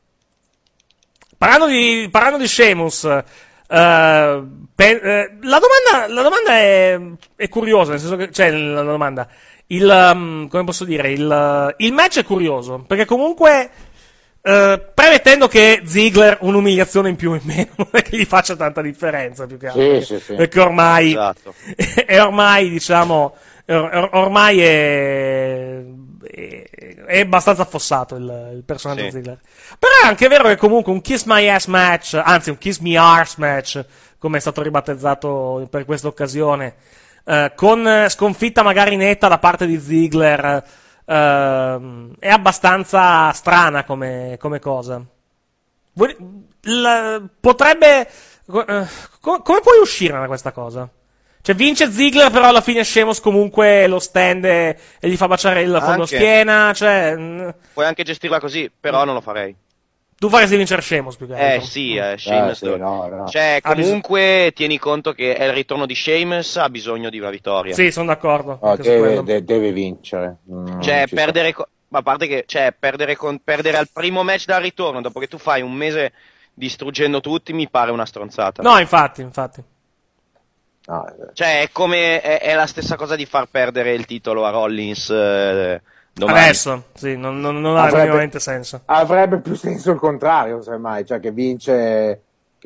Parlando di Sheamus, la domanda è curiosa, nel senso che, cioè, la domanda, come posso dire, il match è curioso, perché comunque, premettendo che Ziggler un'umiliazione in più o in meno, non è che gli faccia tanta differenza, più che altro. Sì. Perché ormai, esatto. ormai, diciamo, ormai è abbastanza affossato il personaggio Ziggler. Però è anche vero che comunque un Kiss My Ass match, anzi un Kiss Me Arse match, come è stato ribattezzato per questa occasione, con sconfitta magari netta da parte di Ziggler, è abbastanza strana come cosa. Potrebbe... come puoi uscire da questa cosa? Cioè vince Ziggler, però alla fine Sheamus comunque lo stende e gli fa baciare il fondo schiena, cioè... Puoi anche gestirla così, però non lo farei. Tu faresti vincere Sheamus più che altro. Sheamus. No. Cioè, comunque tieni conto che è il ritorno di Sheamus, ha bisogno di una vittoria. Sì, sono d'accordo. Deve vincere. Perdere... Ma a parte che, perdere al primo match dal ritorno, dopo che tu fai un mese distruggendo tutti, mi pare una stronzata. No, infatti. Cioè, è la stessa cosa di far perdere il titolo a Rollins domani. Adesso, sì, non ha minimamente senso. Avrebbe più senso il contrario, semmai, cioè che vince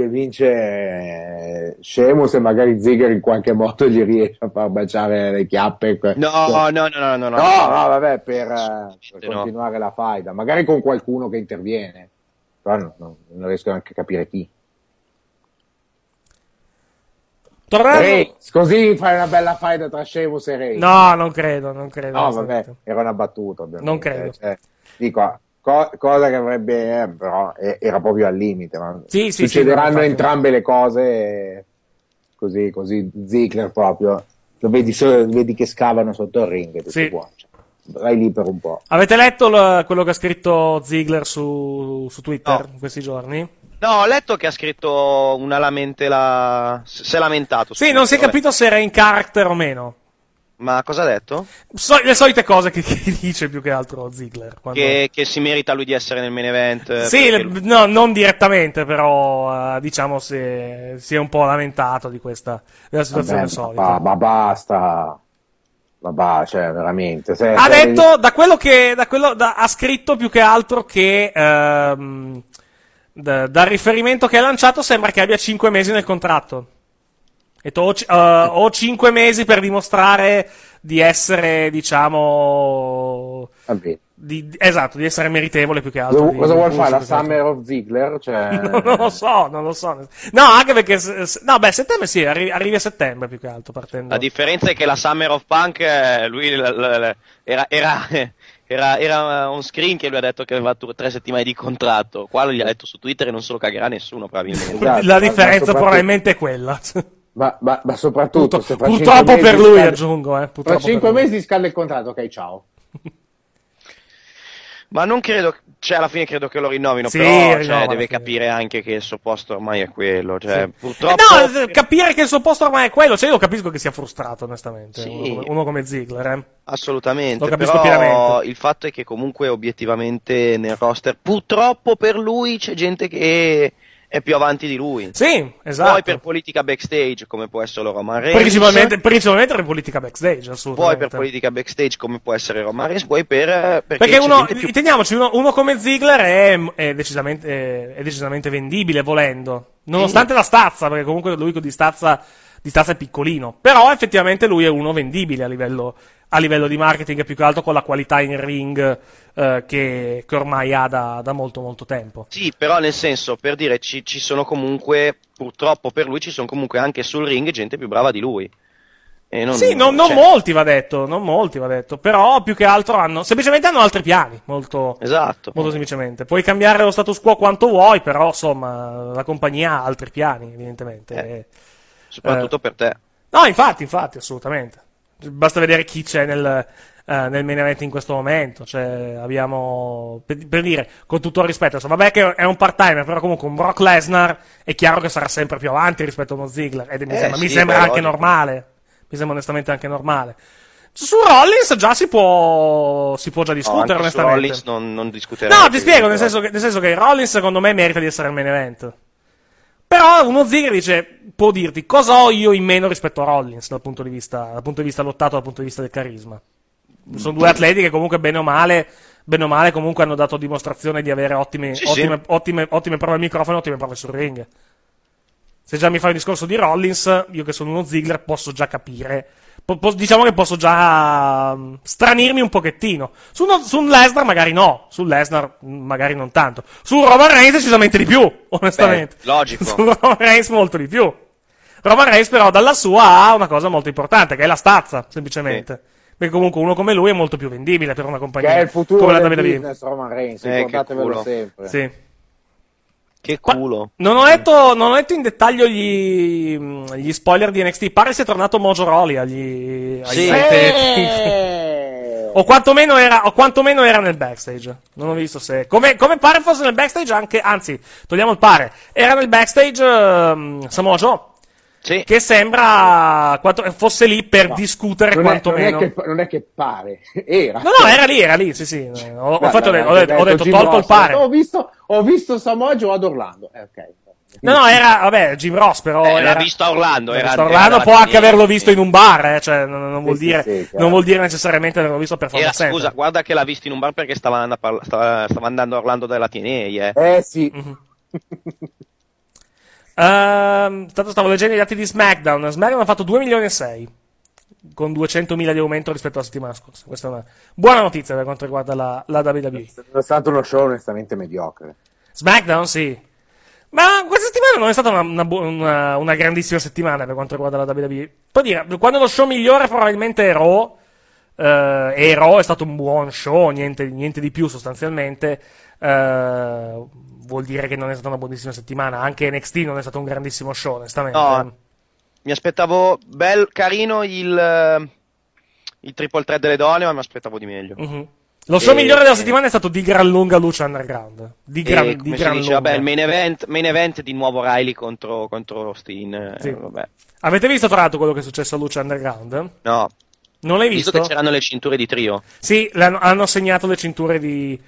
Sheamus e magari Ziggler in qualche modo gli riesce a far baciare le chiappe. No, vabbè, per continuare la faida, magari con qualcuno che interviene, però non riesco neanche a capire chi. Reigns, così fai una bella faida tra Sheamus e Reigns. No, non credo. No, vabbè, era una battuta, ovviamente. Non credo. Dico, cosa che avrebbe, però era proprio al limite. Ma sì, succederanno entrambe le cose così Ziggler proprio. Lo vedi che scavano sotto il ring. Sì. Vai lì per un po'. Avete letto quello che ha scritto Ziggler su Twitter in questi giorni? No, ho letto che ha scritto una lamentela. Si è lamentato. Sì, non si è capito se era in character o meno. Ma cosa ha detto? Le solite cose che dice più che altro Ziggler. Che si merita lui di essere nel main event. Sì, no, non direttamente, però diciamo si è un po' lamentato di della situazione solita. Ma basta. Cioè, veramente. Ha detto, ha scritto più che altro che dal riferimento che ha lanciato sembra che abbia 5 mesi nel contratto. E ho 5 mesi per dimostrare di essere, diciamo... esatto, di essere meritevole più che altro. Cosa vuol fare? La Summer of Ziggler? Cioè... non lo so. No, anche perché... No, beh, settembre sì, arrivi a settembre più che altro partendo. La differenza è che la Summer of Punk, lui era on screen che lui ha detto che aveva 3 settimane di contratto. Qua gli ha detto su Twitter e non se lo cagherà nessuno, probabilmente. Esatto, la differenza probabilmente è quella. Ma soprattutto se purtroppo per lui aggiungo tra 5 mesi scade il contratto, ok, ciao. Ma non credo, cioè alla fine credo che lo rinnovino, sì, però deve capire anche che il suo posto ormai è quello, cioè purtroppo... capire che il suo posto ormai è quello, cioè io capisco che sia frustrato onestamente, sì. uno come Ziggler, Assolutamente, lo capisco però pienamente. Il fatto è che comunque obiettivamente nel roster, purtroppo per lui c'è gente che è più avanti di lui. Sì, esatto. Poi per politica backstage, come può essere Roman Reigns. Principalmente per politica backstage, assolutamente. Poi per politica backstage, come può essere Roman Reigns. Poi perché intendiamoci, uno come Ziggler è decisamente vendibile, volendo. Nonostante la stazza, perché comunque lui di stazza è piccolino. Però effettivamente lui è uno vendibile a livello di marketing, più che altro con la qualità in ring che ormai ha da molto molto tempo. Sì, però nel senso, per dire, ci sono comunque, purtroppo per lui ci sono comunque anche sul ring gente più brava di lui. E non molti va detto, però più che altro semplicemente hanno altri piani, molto semplicemente. Puoi cambiare lo status quo quanto vuoi, però insomma la compagnia ha altri piani, evidentemente. Soprattutto per te. No, infatti, assolutamente. Basta vedere chi c'è nel main event in questo momento. Cioè, abbiamo, per dire, con tutto il rispetto, insomma, vabbè che è un part-timer, però comunque un Brock Lesnar è chiaro che sarà sempre più avanti rispetto a uno Ziggler, ed mi sembra anche normale. Mi sembra onestamente anche normale. Su Rollins già si può già discutere, onestamente. Su Rollins non discuterei. No, ti spiego, nel senso che Rollins secondo me merita di essere il main event. Però uno Ziggler può dirti cosa ho io in meno rispetto a Rollins dal punto di vista lottato, dal punto di vista del carisma. Sono due atleti che comunque bene o male comunque hanno dato dimostrazione di avere ottime prove al microfono e ottime prove sul ring. Se già mi fai il discorso di Rollins, io che sono uno Ziggler posso già capire, diciamo che posso già stranirmi un pochettino. Su un Lesnar magari no, su Lesnar magari non tanto. Su Roman Reigns decisamente di più, onestamente. Logico. Su Roman Reigns molto di più. Roman Reigns però dalla sua ha una cosa molto importante, che è la stazza, semplicemente. Sì. Perché comunque uno come lui è molto più vendibile per una compagnia che è il futuro come la del WWE. Business, Roman Reigns, ricordatevelo sempre. Sì. Che culo. Non ho letto in dettaglio gli spoiler di NXT. Pare sia tornato Mojo Rawley agli o quantomeno era nel backstage. Non ho visto se come pare fosse nel backstage anche, anzi, togliamo il pare. Era nel backstage Samoa Joe. Sì. Che sembra fosse lì per discutere quantomeno. Non è che pare, era. No, era lì, sì. Ho detto tolto il pare. Ho visto Samoa Joe ad Orlando. Ok. No, era, Jim Ross, però. L'ha visto a Orlando. Orlando può anche averlo visto in un bar, cioè, non vuol dire necessariamente averlo visto per Performance Center. Scusa, guarda che l'ha visto in un bar perché stava andando a Orlando dalla TNA, sì. Mm-hmm. Tanto stavo leggendo i dati di SmackDown ha fatto 2 milioni e 6 con 200.000 di aumento rispetto alla settimana scorsa. Questa è una buona notizia per quanto riguarda la WWE. È stato uno show onestamente mediocre. SmackDown sì, ma questa settimana non è stata una grandissima settimana per quanto riguarda la WWE. Puoi dire, quando lo show migliore probabilmente è Raw, e Raw è stato un buon show, niente di più sostanzialmente. Vuol dire che non è stata una buonissima settimana. Anche NXT non è stato un grandissimo show, onestamente. No, mi aspettavo carino il triple threat delle donne, ma mi aspettavo di meglio. Mm-hmm. Lo show migliore della settimana è stato di gran lunga Lucha Underground. Di gran lunga. Vabbè, il main event di nuovo Riley contro Steen. Sì. Vabbè. Avete visto tra l'altro quello che è successo a Lucha Underground? No. Non l'hai visto? Visto che c'erano le cinture di trio. Sì, hanno assegnato le cinture di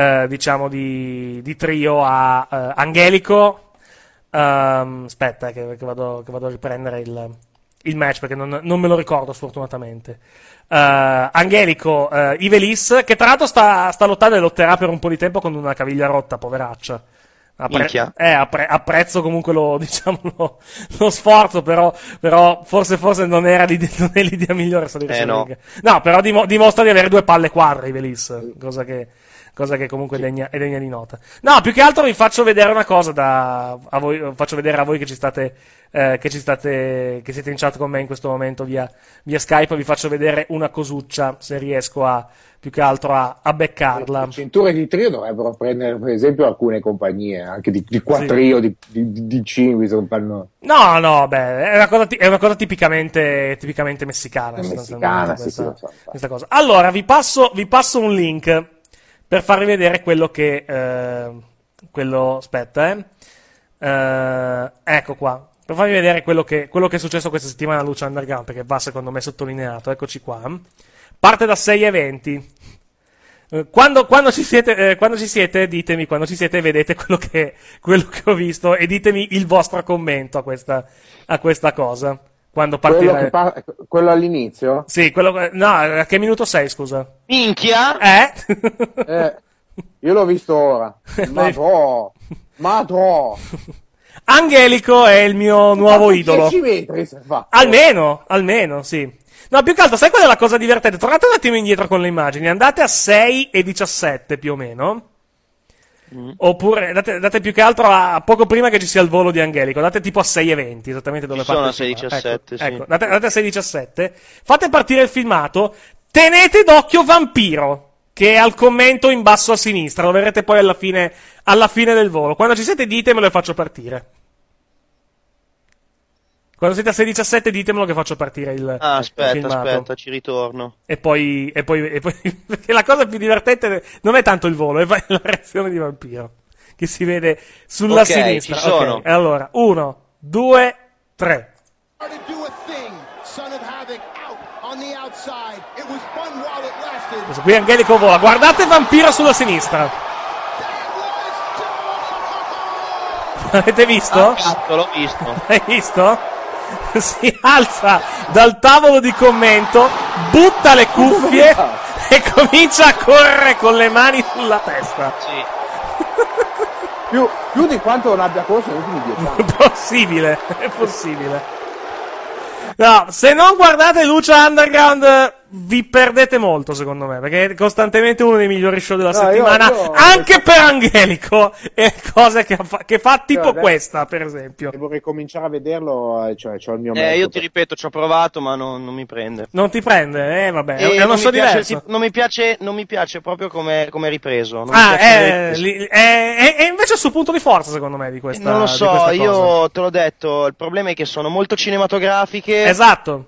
trio a Angelico. Aspetta che vado a riprendere il match perché non me lo ricordo sfortunatamente. Angelico, Ivelis, che tra l'altro sta lottando e lotterà per un po' di tempo con una caviglia rotta, poveraccia. Apprezzo comunque lo sforzo, però forse non è l'idea migliore salire no. No, però dimostra di avere 2 palle quadre i Velis, cosa che comunque è degna di nota. No, più che altro vi faccio vedere una cosa a voi che siete in chat con me in questo momento via Skype. Vi faccio vedere una cosuccia, se riesco più che altro a beccarla. Le cinture di trio dovrebbero prendere, per esempio, alcune compagnie, anche di quattrio, sì. di cinque, fanno... No, beh, è una cosa tipicamente messicana. Questa cosa. Allora, vi passo un link per farvi vedere aspetta, ecco qua, per farvi vedere quello che è successo questa settimana a Lucha Underground, perché va secondo me sottolineato. Eccoci qua. Parte da 6 eventi. Quando ci siete, ditemi quando ci siete e vedete quello che ho visto, e ditemi il vostro commento a questa cosa. Quando partirà quello all'inizio? Sì, no, a che minuto sei, scusa? Minchia! Io l'ho visto ora. Madro! Angelico è il mio nuovo idolo. 10 metri si è fatto. Almeno, sì. No, più che altro, sai qual è la cosa divertente? Tornate un attimo indietro con le immagini, andate a 6 e 17 più o meno. Oppure date più che altro a poco prima che ci sia il volo di Angelico, date tipo a 6 e 20, esattamente dove parte. Sono a 6 17, sì. Ecco, date a 6 17, fate partire il filmato, tenete d'occhio Vampiro, che è al commento in basso a sinistra, lo vedrete poi alla fine del volo. Quando ci siete ditemelo e faccio partire. Quando siete a 6-17 ditemelo che faccio partire il aspetta, ci ritorno. E poi perché la cosa più divertente non è tanto il volo, è la reazione di Vampiro, che si vede sulla sinistra. Ci sono. Okay. Allora, 1, 2, 3. Questo qui Angelico vola. Guardate Vampiro sulla sinistra. Avete visto? L'ho visto. Hai visto? Si alza dal tavolo di commento, butta le cuffie e comincia a correre con le mani sulla testa. Sì. più di quanto non abbia corso negli ultimi 10 anni. È possibile. No, se non guardate Lucha Underground vi perdete molto, secondo me, perché è costantemente uno dei migliori show della settimana, anche per Angelico, e cose che fa tipo questa, per esempio. Vorrei cominciare a vederlo, cioè c'ho il mio io ti ripeto, ci ho provato, ma non mi prende. Non ti prende? Vabbè, è uno show diverso. Non mi piace proprio come è ripreso. È invece il suo punto di forza, secondo me, di questa. Non lo so, io te l'ho detto, il problema è che sono molto cinematografiche. Esatto.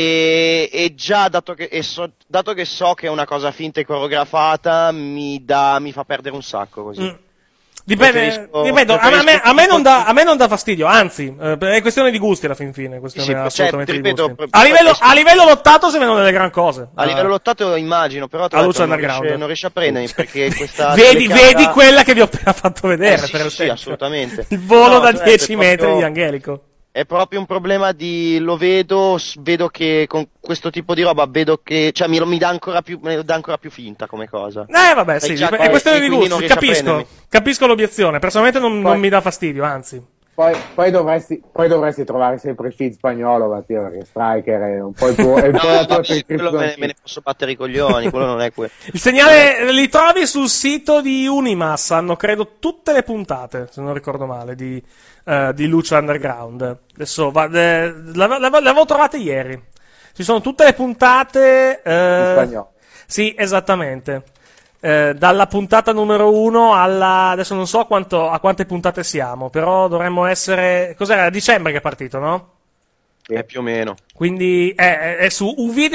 E già dato che so che è una cosa finta e coreografata mi fa perdere un sacco così. Dipende, ripeto, a me non dà fastidio, anzi, è questione di gusti alla fin fine, assolutamente di gusti. A livello lottato si vedono delle gran cose. A livello lottato immagino, però non riesce a prendermi perché questa vedi quella che vi ho appena fatto vedere, sì, assolutamente. Il volo da 10 metri di Angelico. È proprio un problema lo vedo che con questo tipo di roba cioè mi dà ancora più finta come cosa. Vabbè, sì, è questione di gusti, capisco l'obiezione, personalmente non mi dà fastidio, anzi. Poi dovresti trovare sempre il feed spagnolo, Matteo, perché Striker è un po' il tuo... quello me ne posso battere i coglioni, quello non è quello. Il segnale li trovi sul sito di Unimass, hanno credo tutte le puntate, se non ricordo male, di Lucha Underground. Adesso l'avevo trovate ieri. Ci sono tutte le puntate... in spagnolo. Sì, esattamente. Dalla puntata numero 1 adesso non so a quante puntate siamo, però dovremmo essere, cos'era, a dicembre che è partito, no? Più o meno. Quindi è su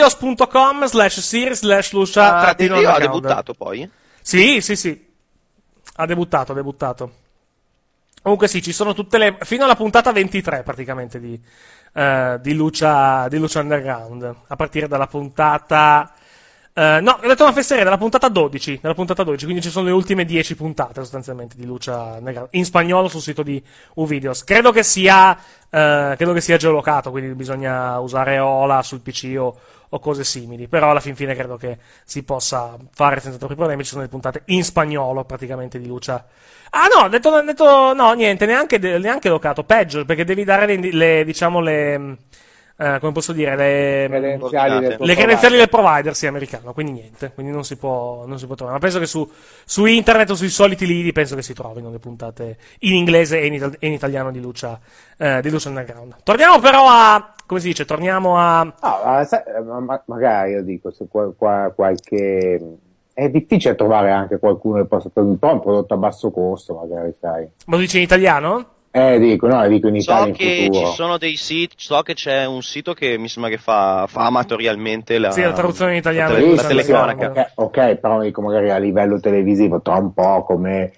uvideos.com/series/Lucha. Ha debuttato poi? Sì. Ha debuttato. Comunque sì, ci sono tutte fino alla puntata 23 praticamente di Lucha Underground, a partire dalla puntata... no, ho detto una fesseria, dalla puntata 12, quindi ci sono le ultime 10 puntate sostanzialmente di Lucha Underground, in spagnolo sul sito di Uvideos. Credo che sia geolocato, quindi bisogna usare Ola sul PC o cose simili, però alla fin fine credo che si possa fare senza troppi problemi. Ci sono le puntate in spagnolo praticamente di Lucha. Ah no, detto no, niente, neanche locato, peggio, perché devi dare le come posso dire, le credenziali del provider, sì, americano, quindi niente, quindi non si può trovare. Ma penso che su internet o sui soliti lidi penso che si trovino le puntate in inglese e in italiano di Lucha Underground. Torniamo però a, come si dice, magari io dico, se qualche... È difficile trovare anche qualcuno che possa fare un po' un prodotto a basso costo, magari, sai. Ma lo dici in italiano? Dico in Italia. So che ci sono dei siti, so che c'è un sito che mi sembra che fa amatorialmente la traduzione in italiano. La telecronaca. Ok, però dico magari a livello televisivo tra un po' come...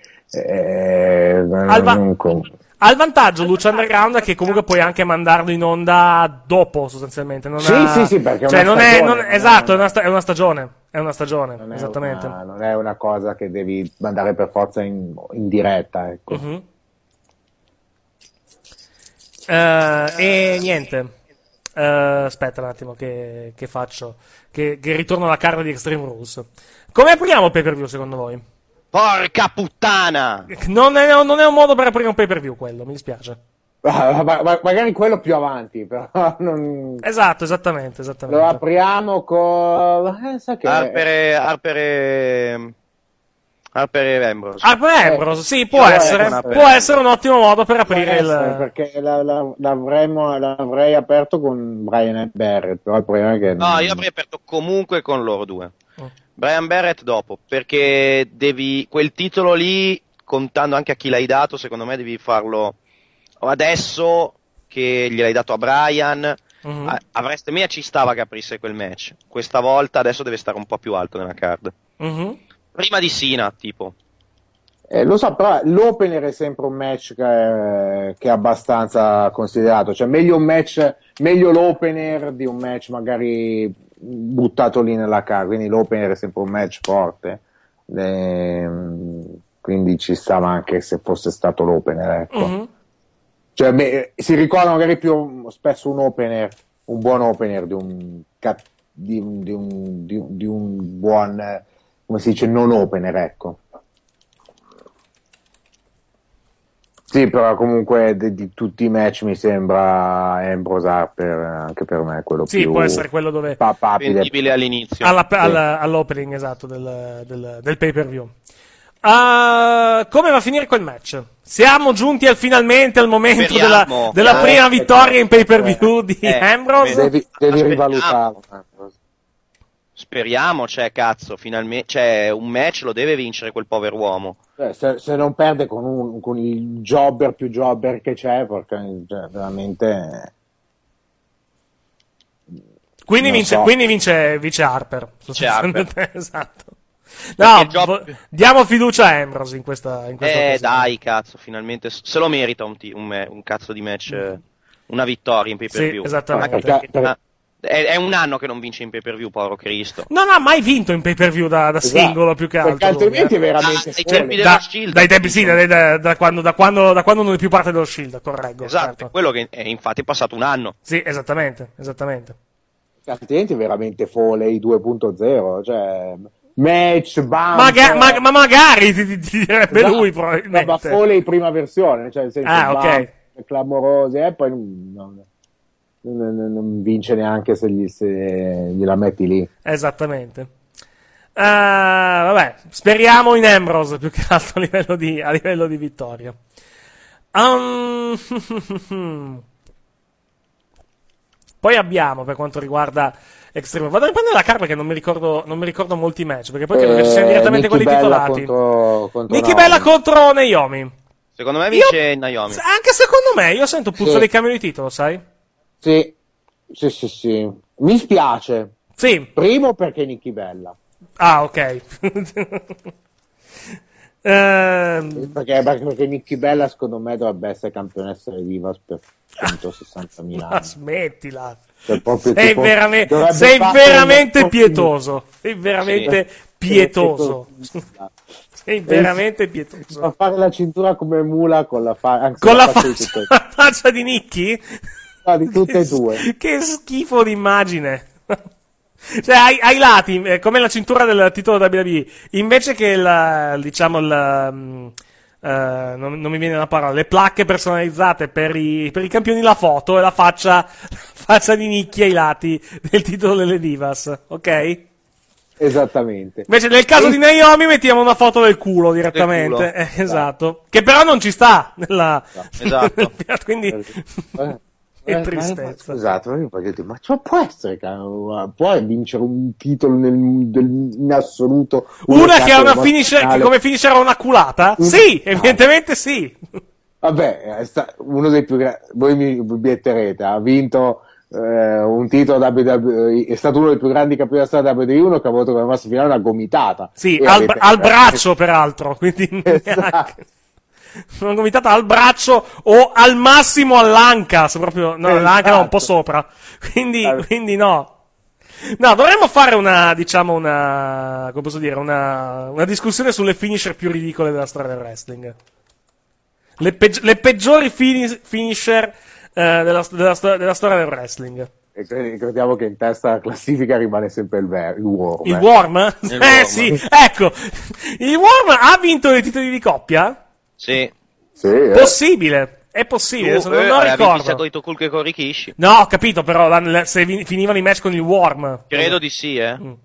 Ha il vantaggio Lucha Underground che comunque puoi anche mandarlo in onda dopo, sostanzialmente. Sì, perché è una stagione. È una stagione, esattamente. Non è una cosa che devi mandare per forza in diretta, ecco. Uh-huh. E niente. Aspetta un attimo che faccio. Che ritorno alla carta di Extreme Rules. Come apriamo il pay-per-view secondo voi? Porca puttana! Non è un modo per aprire un pay-per-view quello, mi dispiace. Magari quello più avanti, però non... Esatto, esattamente. Lo apriamo con... Harper e Ambrose. Harper Ambrose, sì, può essere un ottimo modo per aprire perché l'avrei aperto con Brian e Barrett, però il problema è che... No, io avrei aperto comunque con loro due. Brian Barrett dopo, perché quel titolo lì, contando anche a chi l'hai dato, secondo me devi farlo adesso che gliel'hai dato a Brian. A me ci stava che aprisse quel match. Questa volta adesso deve stare un po' più alto nella card. Prima di Cena, tipo. Lo so, però l'opener è sempre un match che è abbastanza considerato. Cioè, meglio l'opener di un match magari buttato lì nella card. Quindi l'opener è sempre un match forte. Quindi ci stava anche se fosse stato l'opener, ecco. Cioè, si ricorda magari più spesso un buon opener di un buon, come si dice, non opener, ecco. Sì, però comunque di tutti i match mi sembra Ambrose Harper anche per me quello più... Sì, può essere quello dove... vendibile all'inizio. All'opening, esatto, del pay-per-view. Come va a finire quel match? Siamo giunti finalmente al momento della prima vittoria in pay-per-view di Ambrose. Devi rivalutarlo. Speriamo, finalmente, un match lo deve vincere quel povero uomo. Se non perde con il jobber più jobber che c'è, perché veramente... Quindi vince Harper. Esatto. No, diamo fiducia a Ambrose in questa dai, cazzo, finalmente se lo merita un cazzo di match, una vittoria in pay-per-view. Sì, esattamente. È un anno che non vince in pay-per-view, povero Cristo. Non ha mai vinto in pay-per-view da singolo, più che altro. Perché altrimenti è veramente dai tempi dello Shield. Dai tempi, sì, da quando non è più parte dello Shield, correggo. Esatto, certo. È quello che è infatti passato un anno. Sì, esattamente. Altrimenti è veramente Foley 2.0, cioè... match, bump, ma magari ti direbbe lui probabilmente. Ma Foley prima versione, cioè nel senso ok, clamorosi, e poi non vince neanche se gliela metti lì. Esattamente. Vabbè, speriamo in Ambrose più che altro a livello di vittoria. Poi abbiamo, per quanto riguarda Extreme, vado a riprendere la carta perché non mi ricordo molti match, perché poi credo che ci siano direttamente quelli titolati. Nikki Bella contro Naomi. Secondo me vince Naomi. Anche secondo me, io sento puzza dei cambio di titolo, sai? Sì. Mi spiace. Sì. Primo perché Nikki Bella. Ah, ok. Perché Nikki Bella secondo me dovrebbe essere campionessa di Divas per 160.000 anni. Smettila. Sei veramente pietoso. Sei veramente pietoso. Sei veramente pietoso. Ma fare la cintura come Mula con la faccia di Nikki? No, di tutte e due. Che schifo d'immagine. Cioè, ai lati, come la cintura del titolo WWE, invece che non mi viene la parola, le placche personalizzate per i campioni, la foto e la faccia di nicchia ai lati del titolo delle Divas, ok? Esattamente. Invece nel caso di Naomi mettiamo una foto del culo direttamente, del culo. Esatto, che però non ci sta esatto. Quindi è tristezza. Esatto, ma può essere che può vincere un titolo in assoluto una che ha una finisher che come finisher ha una culata? Sì, evidentemente sì. Vabbè, uno dei più grandi, voi mi obietterete, ha vinto un titolo WWE, è stato uno dei più grandi campioni della storia WWE, uno che ha avuto come massima finale una gomitata. Sì, al braccio peraltro, quindi esatto. Una gomitata al braccio o al massimo all'anca, se proprio l'anca no, un po' sopra. Quindi no. No, dovremmo fare una discussione sulle finisher più ridicole della storia del wrestling. Le peggiori finisher della storia del wrestling. E ricordiamo che in testa alla classifica rimane sempre il Worm. Il Worm? Sì, ecco. Il Worm ha vinto i titoli di coppia? Sì. Possibile. È possibile, non ricordo. Con i Tokulk e con Rikishi. No, ho capito, però se finivano i match con il Worm. Credo di sì,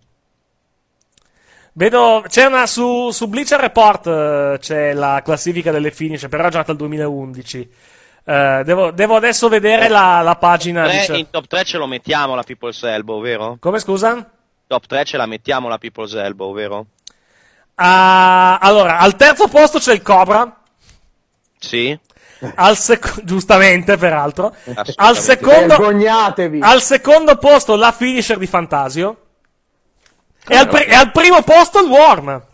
Vedo, c'è su Bleacher Report c'è la classifica delle finish, però è già dal 2011. Devo adesso vedere la pagina. In top 3 ce lo mettiamo la People's Elbow, vero? Come, scusa? Top 3 ce la mettiamo la People's Elbow, vero? Allora, al terzo posto c'è il Cobra. Sì. Giustamente, peraltro. Al secondo posto la finisher di Fantasio. E al primo posto il Worm.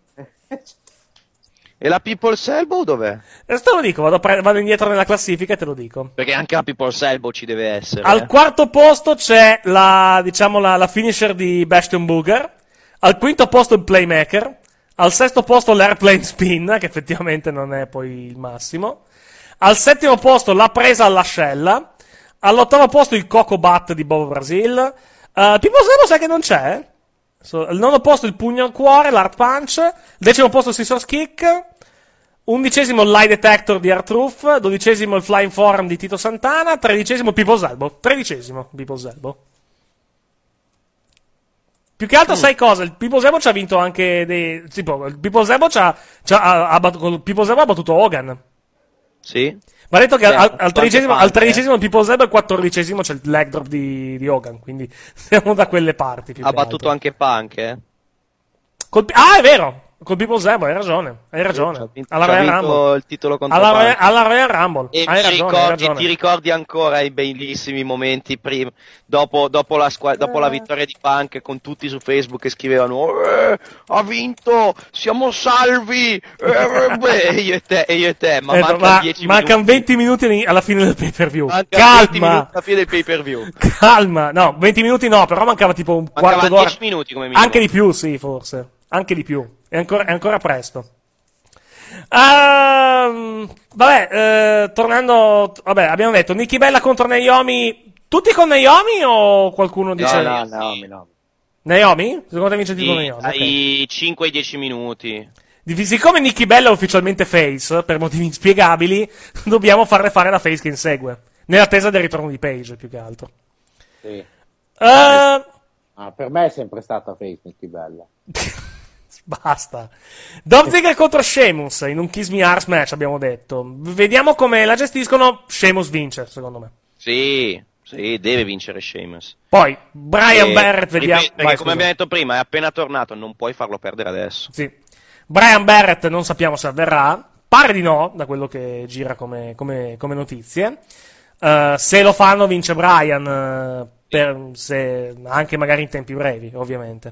E la People's Elbow dov'è? Te lo dico, vado indietro nella classifica e te lo dico. Perché anche la People's Elbow ci deve essere. Al quarto posto c'è la finisher di Bastion Booger. Al quinto posto il Playmaker. Al sesto posto l'Airplane Spin, che effettivamente non è poi il massimo. Al settimo posto la presa all'ascella. All'ottavo posto il Coco Butt di Bobo Brasil. People's Elbow sai che non c'è? Al nono posto il pugno al cuore, l'Art Punch. Decimo posto il Scissors Kick. 11° il Lie Detector di R-Truth. 12° il Flying Forearm di Tito Santana. 13° il People's Elbow. 13° People's Elbow. Più che altro sai cosa? Il People's Elbow ci ha vinto anche il People's Elbow ha battuto Hogan. Sì. Va detto che al 13° il People's Elbow e al 14° c'è il leg drop di Hogan, quindi siamo da quelle parti. Ha battuto anche Punk, è vero! Col People's Elbow, hai ragione. Alla Royal Rumble. Il titolo contro alla Royal Rumble. E ti ricordi ancora i bellissimi momenti prima, dopo la vittoria di Punk, con tutti su Facebook che scrivevano ha vinto, siamo salvi, io e te, ma mancano 20 minuti alla fine del pay-per-view. Calma. 20 minuti alla fine del pay-per-view. Calma, no, 20 minuti no, però mancava tipo un quarto d'ora. 10 minuti come minimo. Anche di più, sì, forse. Anche di più. È ancora presto. Tornando, abbiamo detto Nikki Bella contro Naomi. Tutti con Naomi o qualcuno dice? No. Naomi? Secondo te vince il titolo Naomi? Ai 5-10 minuti. Siccome Nikki Bella è ufficialmente face, per motivi inspiegabili, dobbiamo farle fare la face che insegue. Nell'attesa del ritorno di Paige, più che altro. Sì. Per me è sempre stata face Nikki Bella. Basta. Dolph Ziggler contro Sheamus in un Kiss Me Arse match, abbiamo detto. Vediamo come la gestiscono. Sheamus vince, secondo me. Sì, deve vincere Sheamus. Poi Brian Barrett, vediamo. Perché come abbiamo detto prima, è appena tornato, non puoi farlo perdere adesso. Sì. Brian Barrett non sappiamo se avverrà. Pare di no, da quello che gira come notizie. Se lo fanno vince Brian, anche magari in tempi brevi, ovviamente.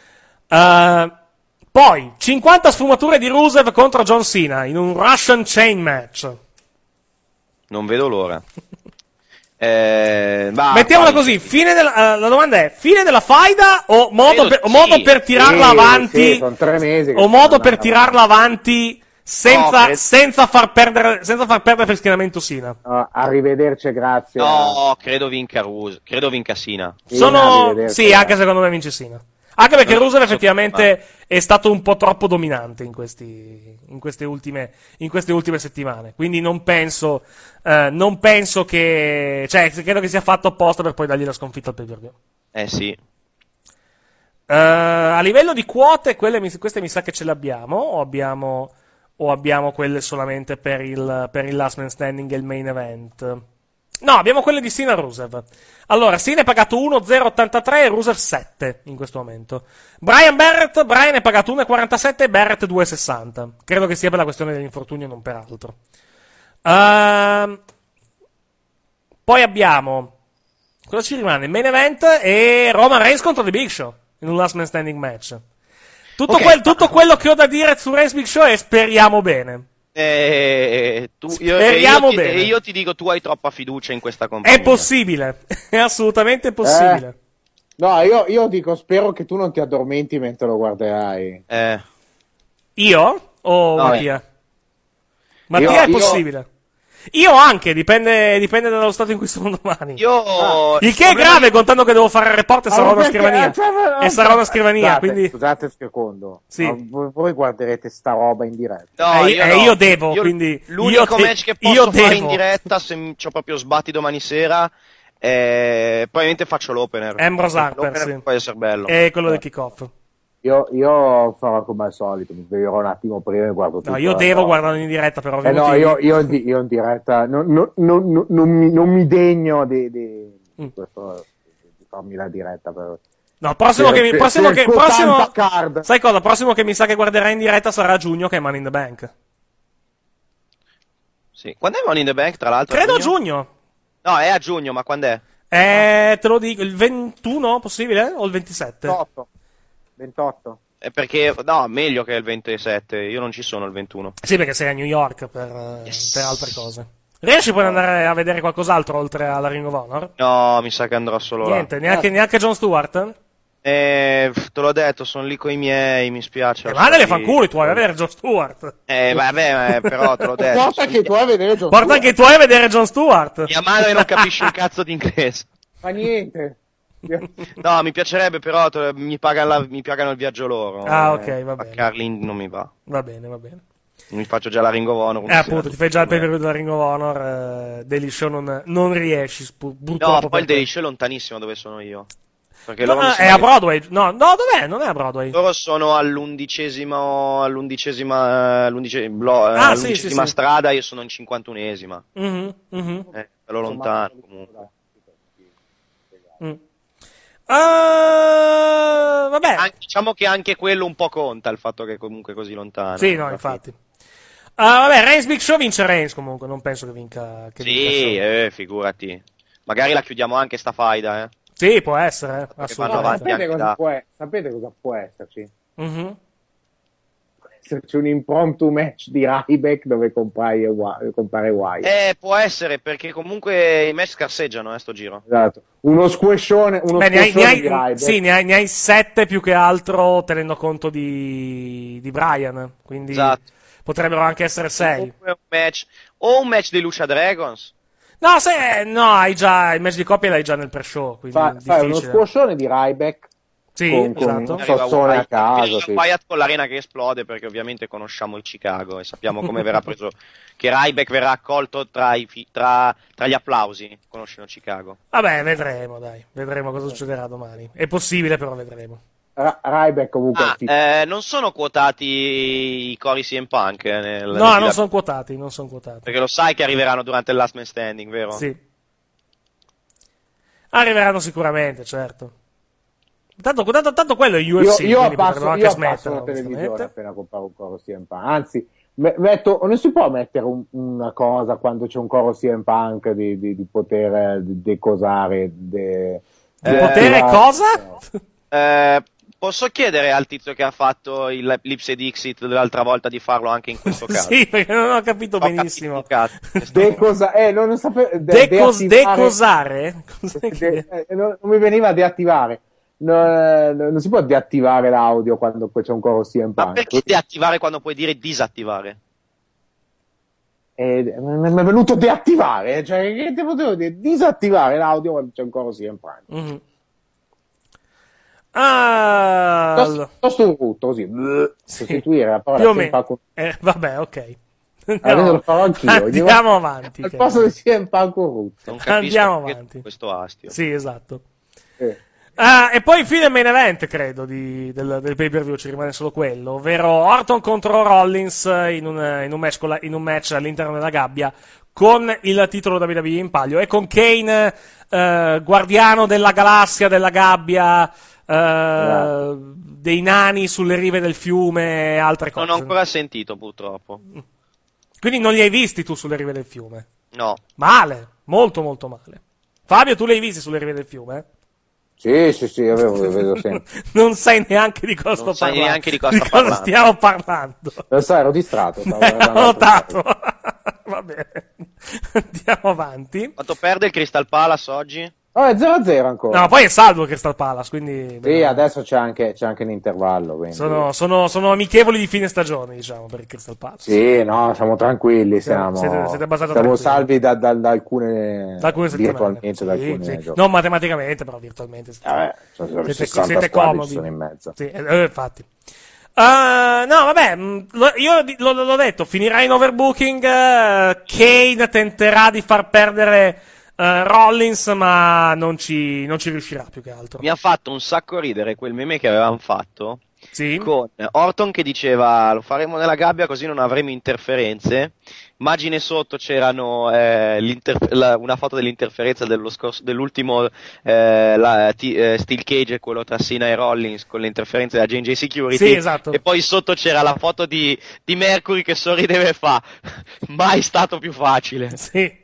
Poi 50 sfumature di Rusev contro John Cena in un Russian Chain Match. Non vedo l'ora. Mettiamola così, la domanda è: fine della faida o modo per tirarla avanti? Sì, sono 3 mesi o modo per tirarla avanti senza far perdere per schieramento Cena. Arrivederci, grazie. No, credo vinca Cena. Sì, anche secondo me vince Cena. Anche perché Rusev effettivamente è stato un po' troppo dominante in queste ultime settimane. Quindi non penso che, cioè, credo che sia fatto apposta per poi dargli la sconfitta al pay-per-view. Sì. A livello di quote, queste mi sa che ce le abbiamo, o abbiamo quelle solamente per il Last Man Standing e il Main Event? No, abbiamo quelle di Cena e Rusev. Allora, Cena è pagato 1,083 e Rusev 7 in questo momento. Brian è pagato 1,47 e Barrett 2,60. Credo che sia per la questione dell'infortunio, non per altro. Poi abbiamo, cosa ci rimane? Il Main Event e Roman Reigns contro The Big Show in un Last Man Standing match. Tutto quello che ho da dire su Reigns Big Show è speriamo bene. Io ti dico, tu hai troppa fiducia in questa compagnia. È possibile, è assolutamente possibile. No, io dico, spero che tu non ti addormenti mentre lo guarderai. Io? O Mattia? Mattia è possibile. Io anche, dipende dallo stato in cui sono domani. Il che è grave, contando che devo fare il report e sarò una scrivania. Quindi... Scusate un secondo. Sì. Voi guarderete sta roba in diretta. No, io devo, quindi... L'unico match che posso fare in diretta, se c'ho proprio sbatti domani sera, probabilmente faccio l'opener. Ambrose Harper, sì. Può essere bello. E quello del kick-off. Io farò come al solito, mi sveglierò un attimo prima e guardo tutto. No, io devo guardarlo in diretta, però. Io in diretta non mi degno di farmi la diretta. No, prossimo. Sai cosa? Prossimo che mi sa che guarderai in diretta sarà a giugno, che è Money in the Bank. Sì. Quando è Money in the Bank, tra l'altro? Credo a giugno. No, è a giugno, ma quando è? Te lo dico, il 21 possibile? O il 27? 28. Perché, no, meglio che il 27, io non ci sono il 21. Sì, perché sei a New York per altre cose. Riesci poi ad andare a vedere qualcos'altro oltre alla Ring of Honor? No, mi sa che andrò solo Niente, neanche Jon Stewart? Te l'ho detto, sono lì coi miei, mi spiace. Ma le fanculo, tu vuoi vedere Jon Stewart? Vabbè, però te l'ho detto. Porta anche i tuoi a vedere Jon Stewart. Porta anche i tuoi a vedere Jon Stewart. Mia madre non capisce un cazzo di inglese. Fa niente. No, mi piacerebbe, però mi pagano il viaggio loro. Ah, ok, va bene. A Carlin non mi va. Va bene. Mi faccio già la Ring of Honor. Appunto, ti fai già il pay-per-view della Ring of Honor. Daily Show non riesci, purtroppo. No, poi il Daily Show è lontanissimo dove sono io. Perché no, è a Broadway. No, dov'è? Non è a Broadway. Loro sono all'undicesima strada, io sono in 51esima. Bello lontano comunque. Vabbè. Diciamo che anche quello un po' conta, il fatto che è comunque così lontano. Sì, no, infatti. Vabbè, Reigns Big Show vince Reigns comunque, non penso che vinca. Sì, figurati. Magari la chiudiamo anche sta faida, Sì, può essere, assolutamente. Sapete cosa può esserci? Esserci un impromptu match di Ryback dove compare Wyatt. Può essere, perché comunque i match scarseggiano, sto giro. Esatto. Uno squascione di Ryback. Sì, ne hai 7 più che altro tenendo conto di Bryan, quindi esatto. Potrebbero anche essere 6. Un match dei Lucha Dragons. No, hai già il match di coppia l'hai già nel pre-show, quindi fai uno squascione di Ryback. Sì, esatto. Un sozzone a caso. Wyatt con l'arena che esplode, perché ovviamente conosciamo il Chicago e sappiamo come verrà preso, che Ryback verrà accolto tra gli applausi. Conoscono Chicago. Vabbè, vedremo cosa succederà domani. È possibile, però vedremo. Ryback comunque non sono quotati i cori CM Punk no, non sono quotati. Perché lo sai che arriveranno durante il Last Man Standing, vero? Sì. Arriveranno sicuramente, certo. Tanto quello è UFC, io quindi potrebbero anche smettere. La televisione appena compare un coro CM Punk. Anzi, non si può mettere una cosa quando c'è un coro CM Punk di poter decosare. Di potere cosa? Posso chiedere al tizio che ha fatto il Lips e Dixit dell'altra volta di farlo anche in questo caso? Sì, perché non ho capito benissimo. Non sapevo. Decosare? Non mi veniva a deattivare. Non si può deattivare l'audio quando poi c'è un coro CM Punk. Ma perché deattivare quando puoi dire disattivare? mi è venuto deattivare, cioè che ti potevo dire? Disattivare l'audio quando c'è ancora CM Punk. Mm-hmm. Tosto brutto così, sostituire la parola CM Punk. Vabbè, ok. Adesso lo farò anch'io. Andiamo avanti. Al posto di CM Punk brutto. Andiamo avanti. Questo astio. Sì, esatto. E poi infine il main event, credo, del pay-per-view, ci rimane solo quello, ovvero Orton contro Rollins in un match all'interno della gabbia con il titolo WWE in palio e con Kane, guardiano della galassia, della gabbia, dei nani sulle rive del fiume e altre cose. Non ho ancora sentito, purtroppo. Quindi non li hai visti tu sulle rive del fiume? No. Male, molto molto male. Fabio, tu li hai visti sulle rive del fiume? Sì, io vedo sempre. Non sai neanche di cosa sto parlando. Non sai neanche di cosa sto parlando. Stiamo parlando. Lo sai, ero distratto. Ho notato. Va bene. Andiamo avanti. Quanto perde il Crystal Palace oggi? Oh, è 0-0 ancora. No, poi è salvo il Crystal Palace, quindi... Sì, adesso c'è anche l'intervallo. Quindi... Sono amichevoli di fine stagione, diciamo, per il Crystal Palace. Sì, no, siamo tranquilli, siete abbastanza siamo salvi da alcune virtualmente, da alcune giochi. Non matematicamente, però virtualmente. Siete comodi. Sono in mezzo. Sì, infatti. No, vabbè, io l'ho detto, finirà in overbooking, Kane tenterà di far perdere Rollins, ma non ci riuscirà più che altro. Mi ha fatto un sacco ridere quel meme che avevamo fatto, sì? Con Orton che diceva lo faremo nella gabbia così non avremo interferenze. Immagine sotto c'erano una foto dell'interferenza dell'ultimo Steel Cage, quello tra Cena e Rollins con le interferenze della J&J Security. Sì, esatto. E poi sotto c'era la foto di Mercury che sorrideva e fa mai stato più facile. Sì.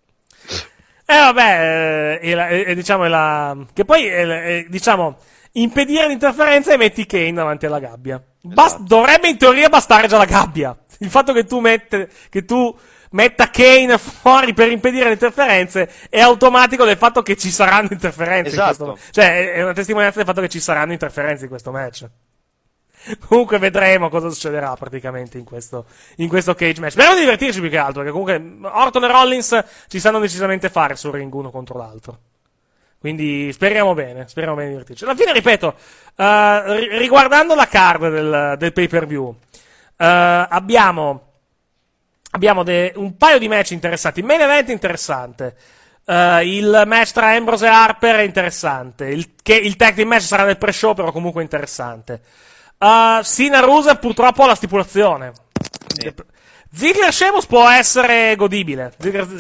Vabbè, diciamo che poi diciamo impedire l'interferenza e metti Kane davanti alla gabbia. Esatto. Dovrebbe in teoria bastare già la gabbia. Il fatto che tu metta Kane fuori per impedire le interferenze è automatico del fatto che ci saranno interferenze. Esatto. Cioè, è una testimonianza del fatto che ci saranno interferenze in questo match. Comunque vedremo cosa succederà praticamente in questo cage match. Speriamo di divertirci più che altro, perché comunque Orton e Rollins ci sanno decisamente fare sul ring uno contro l'altro. Quindi speriamo bene di divertirci. Alla fine, ripeto, riguardando la card del pay-per-view, abbiamo un paio di match interessanti. Il main event interessante. Il match tra Ambrose e Harper è interessante. Il tag team match sarà nel pre-show, però comunque interessante. Cena-Rusev purtroppo ha la stipulazione. Sì. Ziggler-Sheamus può essere godibile.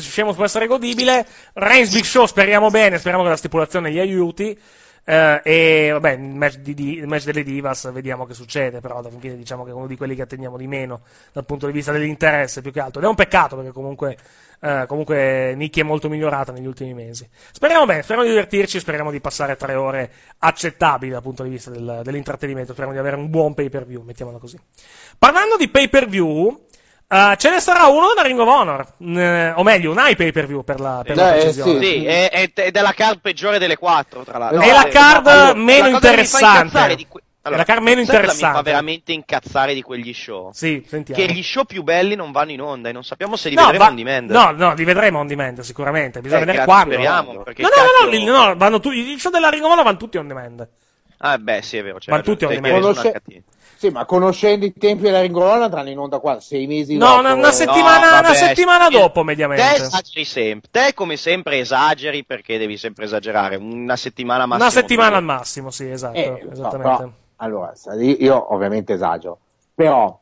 Reigns Big Show speriamo bene, speriamo che la stipulazione gli aiuti. E vabbè, il match delle Divas vediamo che succede, però alla fine diciamo che è uno di quelli che attendiamo di meno dal punto di vista dell'interesse più che altro. Ed è un peccato perché comunque Nikki è molto migliorata negli ultimi mesi. Speriamo bene, speriamo di divertirci, speriamo di passare 3 ore accettabili dal punto di vista dell'intrattenimento, speriamo di avere un buon pay-per-view, mettiamola così. Parlando di pay-per-view, ce ne sarà uno da Ring of Honor, o meglio, un high pay-per-view per la precisione. Sì, è della card peggiore delle 4, tra l'altro. È la card meno interessante. Allora, la card meno interessante. Mi fa veramente incazzare di quegli show. Sì, sentiamo. Che gli show più belli non vanno in onda e non sappiamo se li vedremo on demand. No, li vedremo on demand sicuramente. Bisogna vedere quando. Speriamo. No, vanno gli show della Ring of Honor vanno tutti on demand. Ah, beh, sì, è vero. Vanno tutti on demand. Sì, ma conoscendo i tempi della Ring of Honor andranno in onda qua 6 mesi dopo. No, una settimana dopo, mediamente. Te esageri sempre. Te, come sempre, esageri perché devi sempre esagerare. Una settimana massimo. Una settimana al massimo, sì, esatto. Esattamente. Però, allora, io ovviamente esagero, però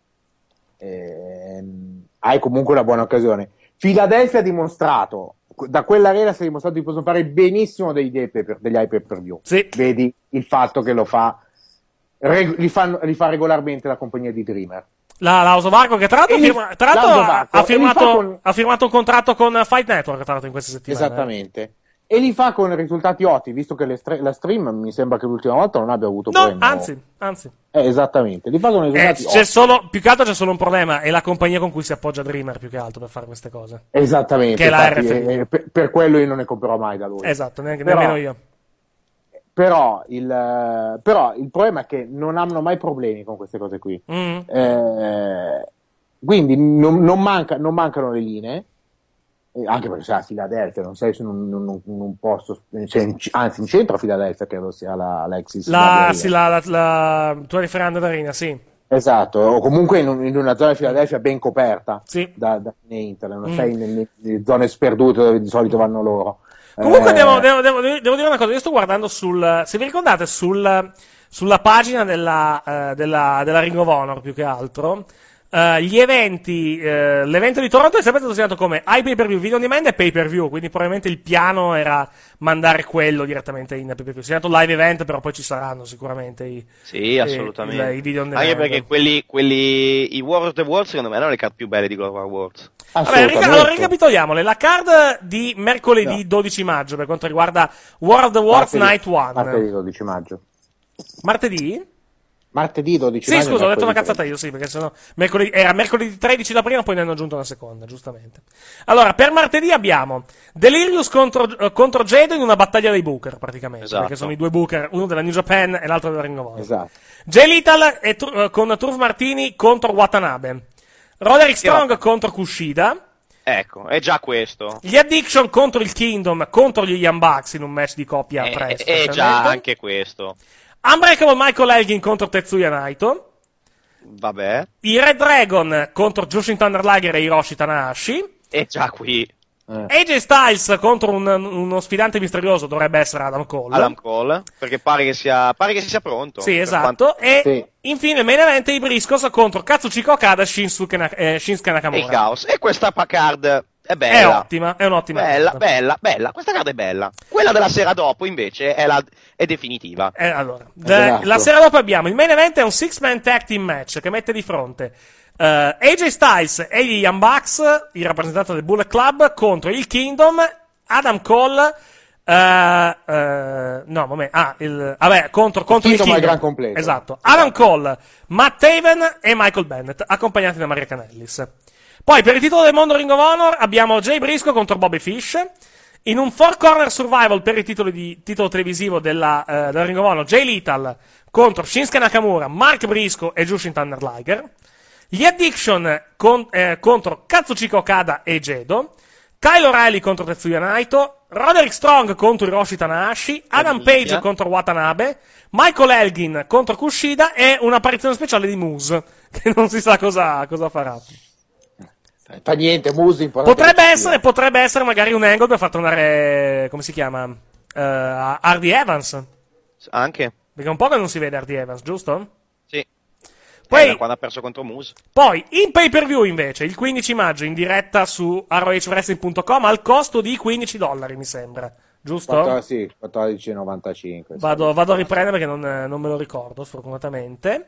hai comunque una buona occasione. Philadelphia ha dimostrato, da quell'arena si è dimostrato di poter fare benissimo degli high pay-per-view. Sì. Vedi il fatto che lo fa. Li fa regolarmente la compagnia di Dreamer. La House of Hardcore, che tra l'altro ha firmato un contratto con Fight Network tra l'altro in queste settimane. Esattamente. E li fa con risultati ottimi, visto che la stream mi sembra che l'ultima volta non abbia avuto problemi. Anzi. Esattamente, li fa con risultati ottimi. Più che altro c'è solo un problema, è la compagnia con cui si appoggia Dreamer più che altro per fare queste cose. Esattamente. Che è la RFI. Per quello io non ne comprerò mai da lui. Esatto, nemmeno io. Però il problema è che non hanno mai problemi con queste cose qui. Quindi non mancano le linee, anche perché sei a Filadelfia, non sei in un posto, anzi in centro a Filadelfia credo sia l'Alexis. La tua riferenda d'arena, sì. Esatto, o comunque in una zona di Filadelfia ben coperta, sì, da internet, non sei nelle zone sperdute dove di solito vanno loro. Comunque devo dire una cosa, io sto guardando se vi ricordate sulla pagina della Ring of Honor più che altro, l'evento di Toronto è sempre stato segnato come pay-per-view, video on demand e pay-per-view, quindi probabilmente il piano era mandare quello direttamente in pay-per-view. Segnato live event, però poi ci saranno sicuramente assolutamente. I video on demand. Anche perché i War of the Worlds secondo me erano le card più belle di Global Wars. Vabbè, allora ricapitoliamole. La card di mercoledì 12 maggio per quanto riguarda War of the Worlds Night 1. Martedì 12 maggio. Martedì 12 maggio. Sì, scusa, ho detto una cazzata io, sì, perché sennò era mercoledì 13 da prima, poi ne hanno aggiunto una seconda, giustamente. Allora, per martedì abbiamo Delirious contro Jado in una battaglia dei Booker, praticamente. Esatto. Perché sono i due Booker, uno della New Japan e l'altro della Ring of Honor. Esatto. Jay Lethal con Truth Martini contro Watanabe. Roderick Strong contro Kushida. Ecco, è già questo. Gli Addiction contro il Kingdom contro gli Young Bucks in un match di coppia a 3. È già anche questo. Unbreakable Michael Elgin contro Tetsuya Naito. Vabbè. I Red Dragon contro Jushin Thunder Liger e Hiroshi Tanahashi. È già qui. AJ Styles contro uno sfidante misterioso, dovrebbe essere Adam Cole. Perché pare che sia pronto. Sì, esatto. E infine il main event i Briscoes contro Katsuchika Okada e Shinsuke Nakamura. E il caos. E questa card è bella. È ottima. Bella. Questa card è bella. Quella della sera dopo invece è definitiva. Allora, la sera dopo abbiamo il main event, è un 6-man tag team match che mette di fronte AJ Styles e gli Young Bucks, il rappresentante del Bullet Club, contro il Kingdom, Adam Cole, contro il Kingdom, il gran completo. Esatto. Adam Cole, Matt Taven e Michael Bennett, accompagnati da Maria Kanellis. Poi per il titolo del mondo Ring of Honor abbiamo Jay Briscoe contro Bobby Fish. In un 4-corner survival per il titolo televisivo della Ring of Honor, Jay Lethal contro Shinsuke Nakamura, Mark Briscoe e Jushin Thunder Liger. Gli Addiction contro Katsuchika Okada e Jado. Kyle O'Reilly contro Tetsuya Naito. Roderick Strong contro Hiroshi Tanahashi. Adam Page contro Watanabe. Michael Elgin contro Kushida. E un'apparizione speciale di Moose, che non si sa cosa farà. Fa niente, Moose importante. Potrebbe essere magari un angle per far tornare, come si chiama? Hardy Evans. Anche. Perché un po' che non si vede Hardy Evans, giusto? Sì. Poi, quando ha perso contro Moose. Poi, in pay-per-view invece, il 15 maggio, in diretta su ROHWrestling.com, al costo di $15, mi sembra. Giusto? Sì, 14,95. Vado a riprendere perché non me lo ricordo, sfortunatamente.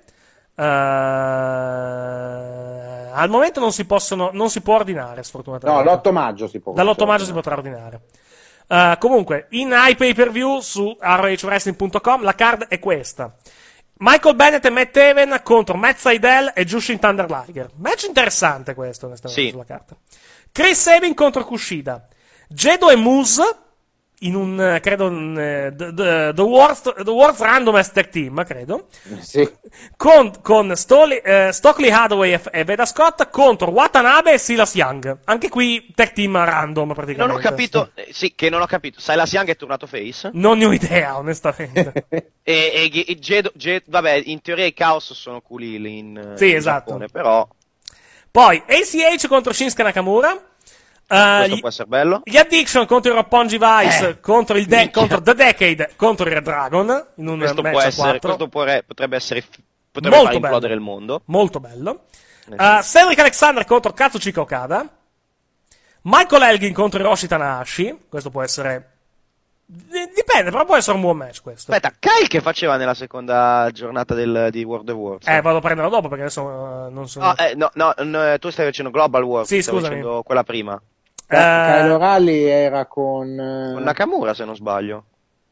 Al momento non si può ordinare, sfortunatamente. No, l'8 maggio si può. Dall'8 maggio si potrà ordinare. Comunque, in pay-per-view su ROHWrestling.com la card è questa. Michael Bennett e Matt Taven contro Matt Sydal e Jushin Thunder Liger. Match interessante questo, onestamente, sulla carta. Chris Sabin contro Kushida. Jado e Moose in un, credo, The World's Randomest Tag Team, credo. Sì. Con Stockley Hathaway e Veda Scott contro Watanabe e Silas Young. Anche qui tag team random, praticamente. Non ho capito, che non ho capito. Silas Young è tornato face? Non ne ho idea, onestamente. e vabbè, in teoria i Chaos sono culi lì in esatto. Giappone, però. Poi ACH contro Shinsuke Nakamura. Questo può essere bello. Gli Addiction contro i Roppongi Vice contro The Decade contro il Red Dragon in un questo match può essere, questo potrebbe molto far implodere il mondo. Molto bello. Cedric Alexander contro Katsuchika Okada. Michael Elgin contro Hiroshi Tanahashi. Questo può essere, dipende, però può essere un buon match questo. Aspetta, Kyle che faceva nella seconda giornata di World of Wars? Vado a prenderlo dopo perché adesso non sono. No, tu stai facendo Global Wars. Sì, stai facendo quella prima. Kyle O'Reilly era con Nakamura, se non sbaglio.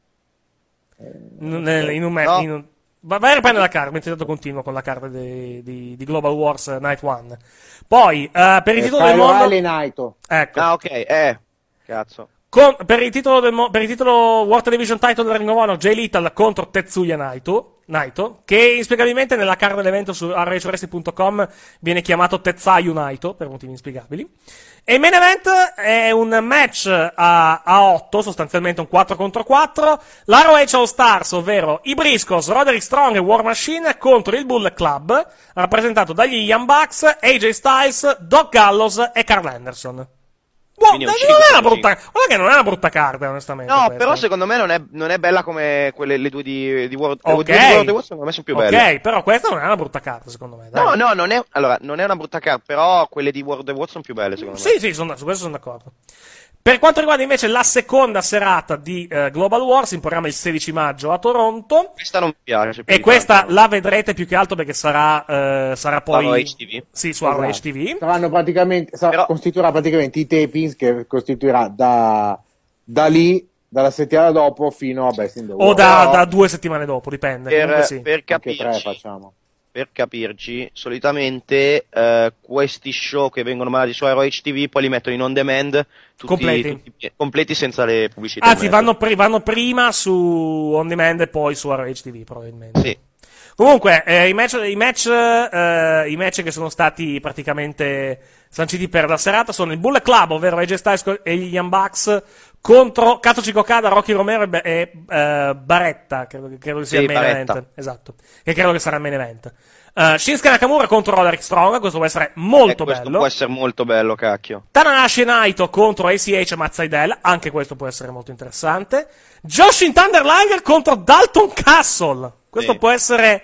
In un match. No. Vai a riprendere la carta, mentre intanto continuo con la carta di Global Wars Night 1. Poi, per il titolo del mondo. Naito. Ecco. Ah, ok, cazzo. Per il titolo World Television Title della Ring of Honor, Jay Lethal contro Tetsuya Naito Naito, che inspiegabilmente nella card dell'evento su ROHWrestling.com viene chiamato Tetsuya Naito per motivi inspiegabili. E il main event è un match a 8, sostanzialmente un 4 contro 4. La ROH All Stars, ovvero i Briscoes, Roderick Strong e War Machine contro il Bullet Club, rappresentato dagli Young Bucks, AJ Styles, Doc Gallows e Carl Anderson. Non è una brutta, guarda che non è una brutta carta, onestamente. No, questa. però secondo me non è bella come le due di World of War, secondo me sono più belle. Ok, però questa non è una brutta carta, secondo me. Dai. No, non è una brutta carta, però quelle di World of War sono più belle, secondo me. Sì, su questo sono d'accordo. Per quanto riguarda invece la seconda serata di Global Wars, in programma il 16 maggio a Toronto. Questa non mi piace. E questa la vedrete più che altro perché sarà poi... ROH TV. Sì, su ROH TV. Costituirà praticamente i tapings che costituirà da lì, dalla settimana dopo fino a Best in the World. O da 2 settimane dopo, dipende. Per capirci. Anche 3 facciamo. Per capirci, solitamente questi show che vengono mandati su ROH TV poi li mettono in on demand tutti completi senza le pubblicità. Anzi, vanno prima su on demand e poi su ROH TV probabilmente. Sì. Comunque, i match che sono stati praticamente sanciti per la serata sono il Bullet Club, ovvero AJ Styles e gli Young Bucks, contro Kazuchika Okada, Rocky Romero e Barretta, credo che sia il main event. Esatto, che credo che sarà il main event. Shinsuke Nakamura contro Roderick Strong, questo può essere molto bello. Questo può essere molto bello, cacchio. Tanahashi e Naito contro ACH e Matt Sydal, anche questo può essere molto interessante. Joshin Thunder Liger contro Dalton Castle, questo può essere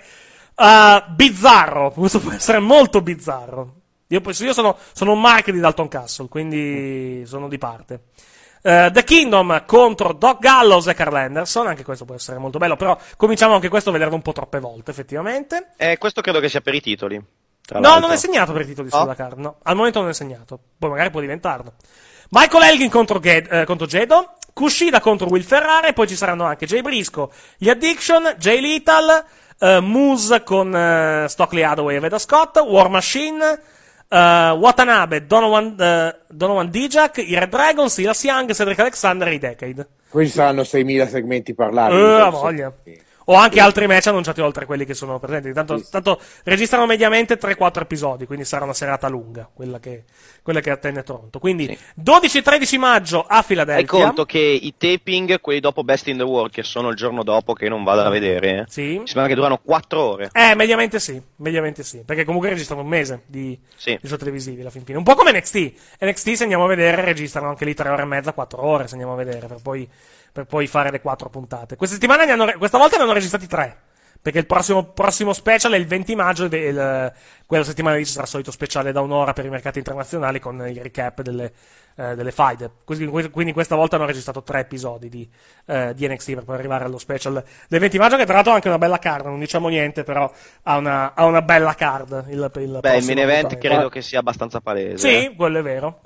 bizzarro, questo può essere molto bizzarro. Io sono un mark di Dalton Castle, quindi sono di parte. The Kingdom contro Doc Gallows e Carl Anderson, anche questo può essere molto bello, però cominciamo anche questo a vederlo un po' troppe volte, effettivamente. Questo credo che sia per i titoli. No, non è segnato per i titoli sulla card, no. Al momento non è segnato, poi magari può diventarlo. Michael Elgin contro Gedo, Kushida contro Will Ferrari, poi ci saranno anche Jay Briscoe, gli Addiction, Jay Lethal, Moose con Stockley Hathaway e Veda Scott, War Machine, Watanabe, Donovan Dijak, i Red Dragons, Silas Young, Cedric Alexander e i Decade. Poi ci saranno 6.000 segmenti parlati. La voglia. O anche altri match annunciati oltre quelli che sono presenti. Tanto registrano mediamente 3-4 episodi, quindi sarà una serata lunga, quella che attende Toronto. Quindi 12-13 maggio a Filadelfia. Hai conto che i taping, quelli dopo Best in the World, che sono il giorno dopo, che non vado a vedere, sì. Mi sembra che durano 4 ore. Mediamente sì, perché comunque registrano un mese di show televisivi alla fin fine. Un po' come NXT, se andiamo a vedere, registrano anche lì 3 ore e mezza, 4 ore, se andiamo a vedere, per poi fare le 4 puntate. Questa volta ne hanno registrati 3, perché il prossimo special è il 20 maggio, quella settimana lì ci sarà il solito speciale da un'ora per i mercati internazionali con il recap delle faide. Quindi questa volta hanno registrato 3 episodi di NXT per poi arrivare allo special del 20 maggio, che tra l'altro ha anche una bella card, non diciamo niente, però ha una bella card. Il main event credo che sia abbastanza palese. Sì, quello è vero.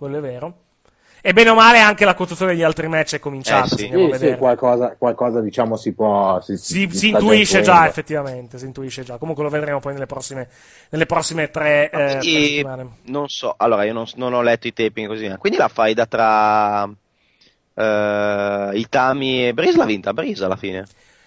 E bene o male anche la costruzione degli altri match è cominciata. Sì, qualcosa diciamo si intuisce già, effettivamente, si intuisce già. Comunque lo vedremo poi nelle prossime 3 settimane. Non so, allora io non ho letto i taping così, quindi la faida tra Itami e Breeze l'ha vinta Breeze alla fine.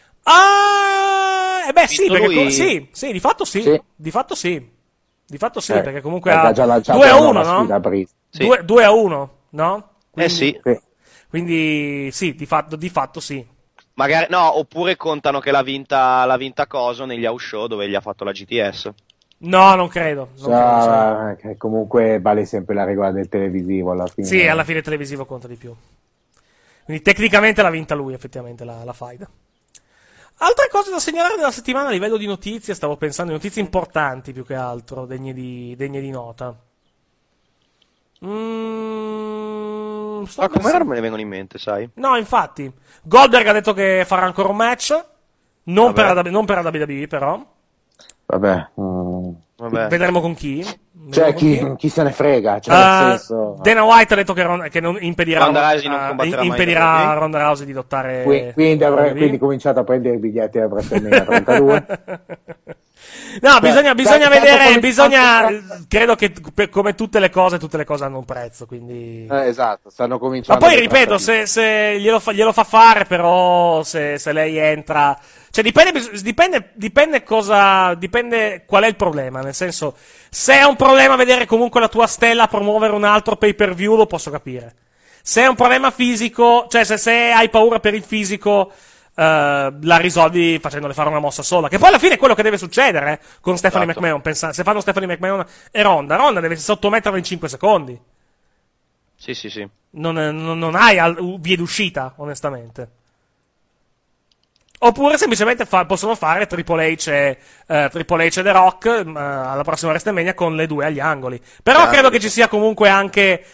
Sì, perché sì, di fatto sì. Di fatto sì, perché comunque ha 2-1, no? 2-1. No? Quindi, sì. Quindi sì, di fatto sì. Magari no, oppure contano che l'ha vinta Coso negli house show dove gli ha fatto la GTS. No, non credo. Comunque vale sempre la regola del televisivo alla fine. Sì, alla fine il televisivo conta di più. Quindi tecnicamente l'ha vinta lui, effettivamente, la faida. Altre cose da segnalare della settimana a livello di notizie, stavo pensando di notizie importanti più che altro, degne di nota. Ma come non me ne vengono in mente, sai? No, infatti. Goldberg ha detto che farà ancora un match. Non per la WWE, però. Vabbè. Vedremo con chi. Cioè, chi se ne frega. Nel senso... Dana White ha detto che non impedirà a Ronda Rousey di lottare. Quindi cominciate a prendere i biglietti a WrestleMania 32. No, bisogna vedere, credo che come tutte le cose hanno un prezzo, quindi... esatto, stanno cominciando. Ma poi ripeto, se glielo fa fare, però se lei entra... Cioè dipende qual è il problema, nel senso, se è un problema vedere comunque la tua stella promuovere un altro pay-per-view, lo posso capire. Se è un problema fisico, cioè se hai paura per il fisico... la risolvi facendole fare una mossa sola, che poi alla fine è quello che deve succedere con Stephanie McMahon. Se fanno Stephanie McMahon e Ronda deve sottometterla in 5 secondi. Sì. Non hai vie d'uscita, onestamente. Oppure semplicemente possono fare Triple H e The Rock alla prossima WrestleMania con le due agli angoli. Però credo che ci sia comunque anche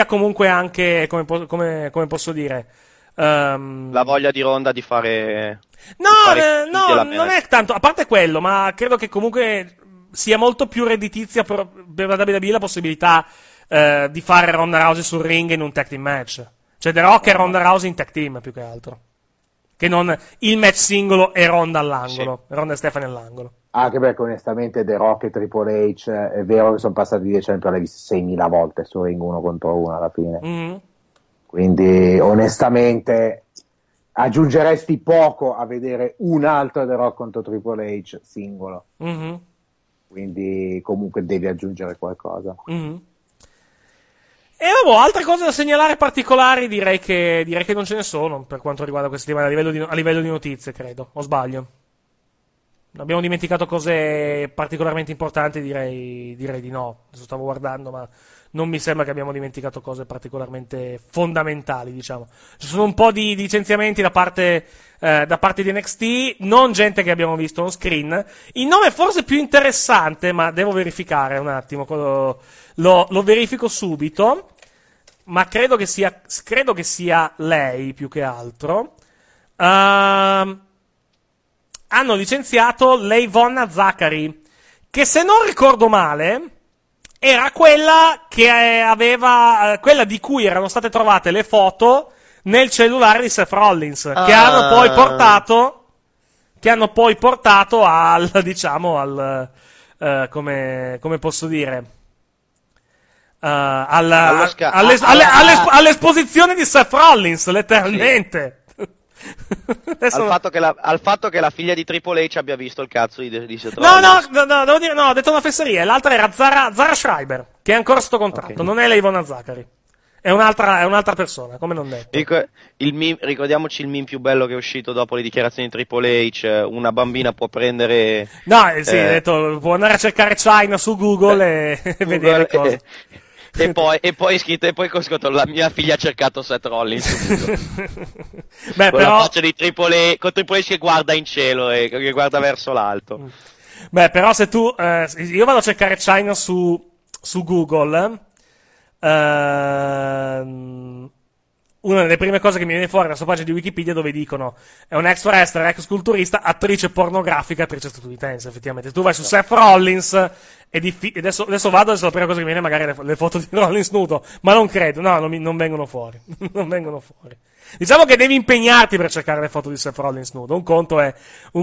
come posso dire, la voglia di Ronda di fare... No, non è tanto, a parte quello, ma credo che comunque sia molto più redditizia per la WWE la possibilità di fare Ronda Rousey sul ring in un tag team match. Cioè The Rock e Ronda Rousey in tag team, più che altro. Che non il match singolo e Ronda all'angolo, sì. Ronda e Stephanie all'angolo. Anche perché onestamente The Rock e Triple H è vero che sono passati 10 anni, però l'hai visto 6.000 volte sul ring 1 contro 1 alla fine. Mm-hmm. Quindi onestamente aggiungeresti poco a vedere un altro The Rock contro Triple H singolo. Mm-hmm. Quindi comunque devi aggiungere qualcosa. Mm-hmm. E altre cose da segnalare particolari direi che non ce ne sono per quanto riguarda questa settimana a livello di notizie, credo, o sbaglio? Abbiamo dimenticato cose particolarmente importanti? Direi di no. Adesso stavo guardando, ma non mi sembra che abbiamo dimenticato cose particolarmente fondamentali, diciamo. Ci sono un po' di licenziamenti da parte di NXT, non gente che abbiamo visto on screen. Il nome forse più interessante, ma devo verificare un attimo, lo verifico subito, ma credo che sia lei più che altro. Hanno licenziato Leivona Zachary, che se non ricordo male era quella quella di cui erano state trovate le foto nel cellulare di Seth Rollins, che hanno poi portato al, diciamo, come posso dire, all'esposizione di Seth Rollins, letteralmente. Al fatto che la figlia di Triple H abbia visto il cazzo di Seth Rollins. No, devo dire, ho detto una fesseria. L'altra era Zara Schreiber, che è ancora sotto contratto, okay. Non è Leivona Zachary. È un'altra persona, come non detto. Ricordiamoci il meme più bello che è uscito dopo le dichiarazioni di Triple H. Una bambina può prendere... No, sì, ha detto, può andare a cercare China su Google e vedere cose. E poi con scritto la mia figlia ha cercato Seth Rollins. Beh, con però... la faccia di Triple H che guarda in cielo e che guarda verso l'alto. Beh, però se tu io vado a cercare China su Google, una delle prime cose che mi viene fuori dalla sua pagina di Wikipedia, dove dicono è un ex wrestler, ex culturista, attrice pornografica, attrice statunitense. Effettivamente tu vai su Seth Rollins adesso la prima cosa che mi viene magari le foto di Rollins nudo, ma non credo, no, non vengono fuori. Non vengono fuori. Diciamo che devi impegnarti per cercare le foto di Seth Rollins nudo. Un conto è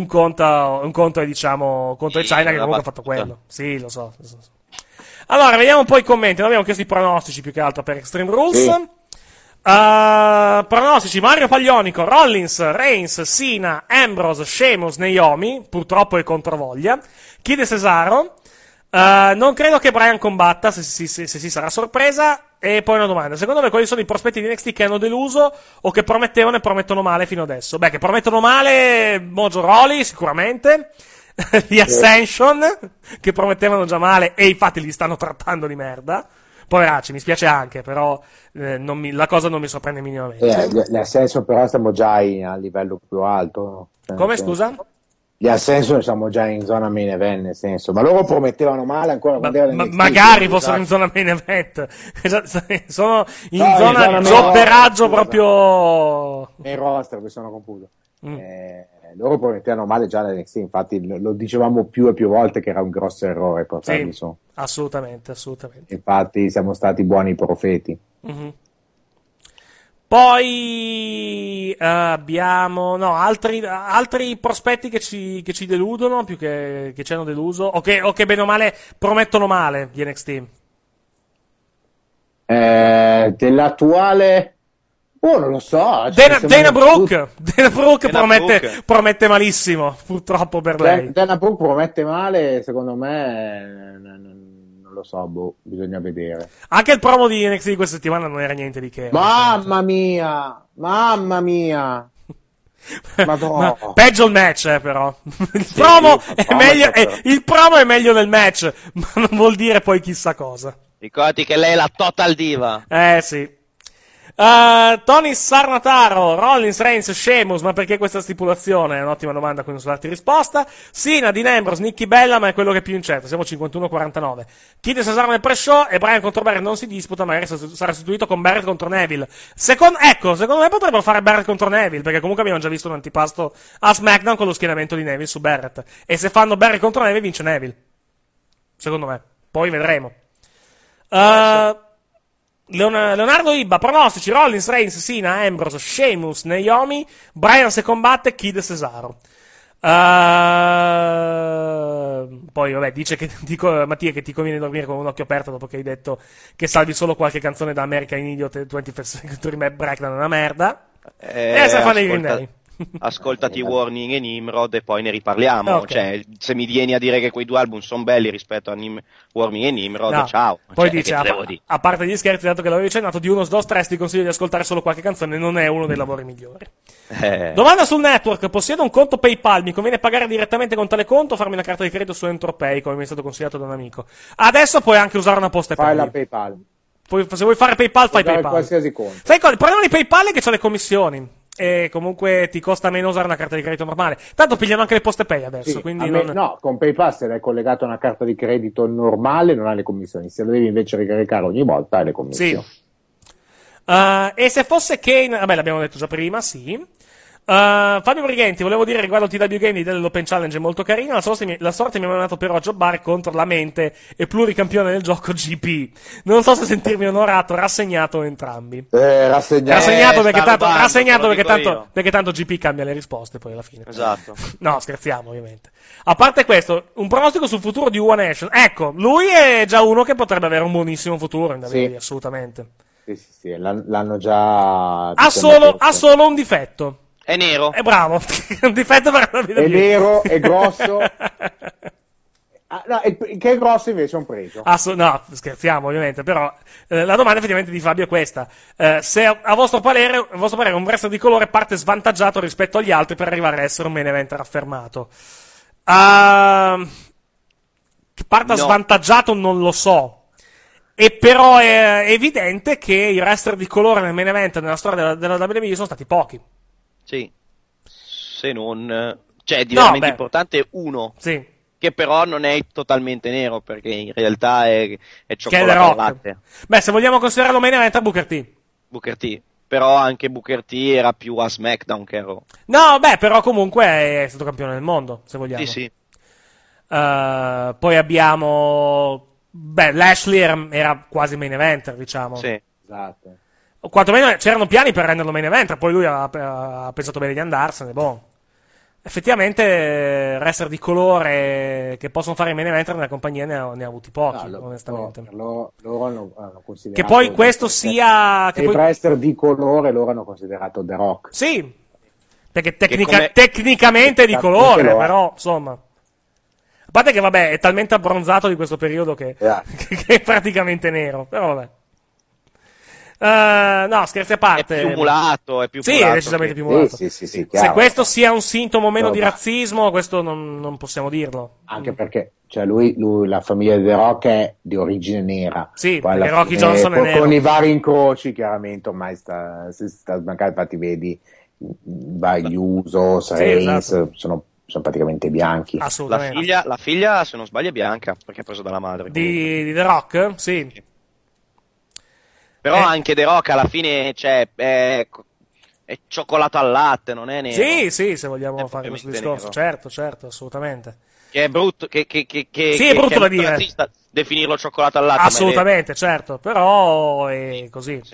diciamo China, che comunque ha fatto quello. Sì, lo so. Allora, vediamo un po' i commenti. Noi abbiamo chiesto i pronostici più che altro per Extreme Rules. Sì. Pronostici: Mario Paglionico, Rollins, Reigns, Cena, Ambrose, Sheamus, Naomi. Purtroppo è controvoglia. Chiede Cesaro. Non credo che Bryan combatta, se si sarà sorpresa. E poi una domanda: secondo me quali sono i prospetti di NXT che hanno deluso o che promettevano e promettono male fino adesso? Beh, che promettono male Mojo Rawley sicuramente, gli Ascension che promettevano già male e infatti li stanno trattando di merda. Poveracci, mi spiace anche, però la cosa non mi sorprende minimamente. Gli Ascension però stiamo già a livello più alto. Come, scusa? Gli Ascension siamo già in zona main event, nel senso, ma loro promettevano male ancora. Magari fossero in zona main event. Sono in zona zopperaggio proprio. Nei roster che sono computo. Loro promettevano male già all'NXT, infatti lo dicevamo più e più volte che era un grosso errore portarli su. Assolutamente. Infatti siamo stati buoni profeti. Mm-hmm. Poi abbiamo altri prospetti che ci deludono più che ci hanno deluso o che bene o male promettono male di NXT. Dell'attuale non lo so. Dana Brooke promette malissimo, purtroppo per lei. Dana Brooke promette male, secondo me non lo so, bisogna vedere. Anche il promo di NXT di questa settimana non era niente di che. Mamma mia. Madonna. Peggio il match, però. Il promo è meglio del match, ma non vuol dire poi chissà cosa. Ricordati che lei è la total diva. Sì. Tony Sarnataro, Rollins, Reigns, Sheamus, ma perché questa stipulazione? È un'ottima domanda, qui non so darti risposta. Cena, Dean Ambrose, Nikki Bella, ma è quello che è più incerto, siamo 51-49. Kid e Cesaro nel pre-show e Bryan contro Barrett non si disputa, magari sarà sostituito con Barrett contro Neville. Secondo me potrebbero fare Barrett contro Neville, perché comunque abbiamo già visto un antipasto a SmackDown con lo schieramento di Neville su Barrett. E se fanno Barrett contro Neville vince Neville. Secondo me. Poi vedremo. Leonardo Ibba, pronostici: Rollins, Reigns, Cena, Ambrose, Sheamus, Naomi, Bryan se combatte, Kid e Cesaro. Poi vabbè, dice che Mattia che ti conviene dormire con un occhio aperto dopo che hai detto che salvi solo qualche canzone da American Idiot e 21st Century Breakdown è una merda. E se fanno i Green Day. Ascoltati Warning e Nimrod e poi ne riparliamo. Okay. Cioè, se mi vieni a dire che quei due album sono belli rispetto a Warning e Nimrod, ciao. Poi dice, a parte gli scherzi, dato che l'avevi accennato, di Unos 2 3 ti consiglio di ascoltare solo qualche canzone, non è uno dei lavori migliori. Domanda sul network: possiedo un conto PayPal, mi conviene pagare direttamente con tale conto o farmi una carta di credito su Entropay, come mi è stato consigliato da un amico? Adesso puoi anche usare una posta Fai la PayPal. Se vuoi fare PayPal, fai PayPal. Qualsiasi conto. Sai cosa? Il problema di PayPal è che c'ha le commissioni. E comunque ti costa meno usare una carta di credito normale. Tanto pigliano anche le poste pay adesso. Sì, quindi no, con PayPal se l'hai collegato a una carta di credito normale non hai le commissioni. Se la devi invece ricaricare ogni volta hai le commissioni. Sì. E se fosse Kane, vabbè, l'abbiamo detto già prima, sì. Fabio Brighenti, volevo dire riguardo TW Game dell'Open Challenge è molto carina. La sorte mi ha mandato però a jobbare contro la mente e pluricampione del gioco GP. Non so se sentirmi onorato, rassegnato o entrambi. Rassegnato perché tanto GP cambia le risposte poi alla fine. Esatto. No, scherziamo ovviamente. A parte questo, un pronostico sul futuro di One Nation. Ecco, lui è già uno che potrebbe avere un buonissimo futuro in WWE, assolutamente. Sì, l'hanno già. Ha solo un difetto. È nero. È bravo. Un difetto per la vita. È nero, è grosso. Che è grosso invece è un pregio. No, scherziamo ovviamente, però la domanda effettivamente di Fabio è questa. Se a vostro parere un wrestler di colore parte svantaggiato rispetto agli altri per arrivare a essere un main eventer affermato. Che parta svantaggiato non lo so. E però è evidente che i wrestler di colore nel main event nella storia della WWE sono stati pochi. Sì, se non... Cioè, diversamente importante uno. Sì. Che però non è totalmente nero, perché in realtà è cioccolato al latte. Beh, se vogliamo considerarlo main event, Booker T. Però anche Booker T era più a SmackDown che Raw. No, beh, però comunque è stato campione del mondo, se vogliamo. Sì. Poi abbiamo... Beh, Lashley era quasi main eventer, diciamo. Sì. Esatto. O quantomeno c'erano piani per renderlo main eventer, poi lui ha pensato bene di andarsene, Effettivamente wrestler di colore che possono fare i main eventer nella compagnia ne ha avuti pochi, onestamente. Loro hanno considerato... Che poi questo sia... Che wrestler di colore loro hanno considerato The Rock. Sì, perché tecnicamente è di colore, però, insomma... A parte che, vabbè, è talmente abbronzato di questo periodo che è praticamente nero, però vabbè. No, scherzi a parte. È più mulato, Sì, è decisamente più mulato. Sì, se questo sia un sintomo meno di razzismo, questo non possiamo dirlo. Anche perché, cioè, lui la famiglia di The Rock è di origine nera. Sì, perché Rocky Johnson è nero. Con i vari incroci, chiaramente, ormai sta smancando, infatti vedi, gli Usos, Reigns, sono praticamente bianchi. Assolutamente. La figlia, se non sbaglio, è bianca, perché è preso dalla madre. Di The Rock? Sì. Però anche The Rock alla fine è cioccolato al latte, non è nero. Sì, se vogliamo fare questo discorso. Certo, assolutamente. Che è brutto, sì, è brutto da dire. Definirlo cioccolato al latte. Assolutamente, certo, però è così. Sì.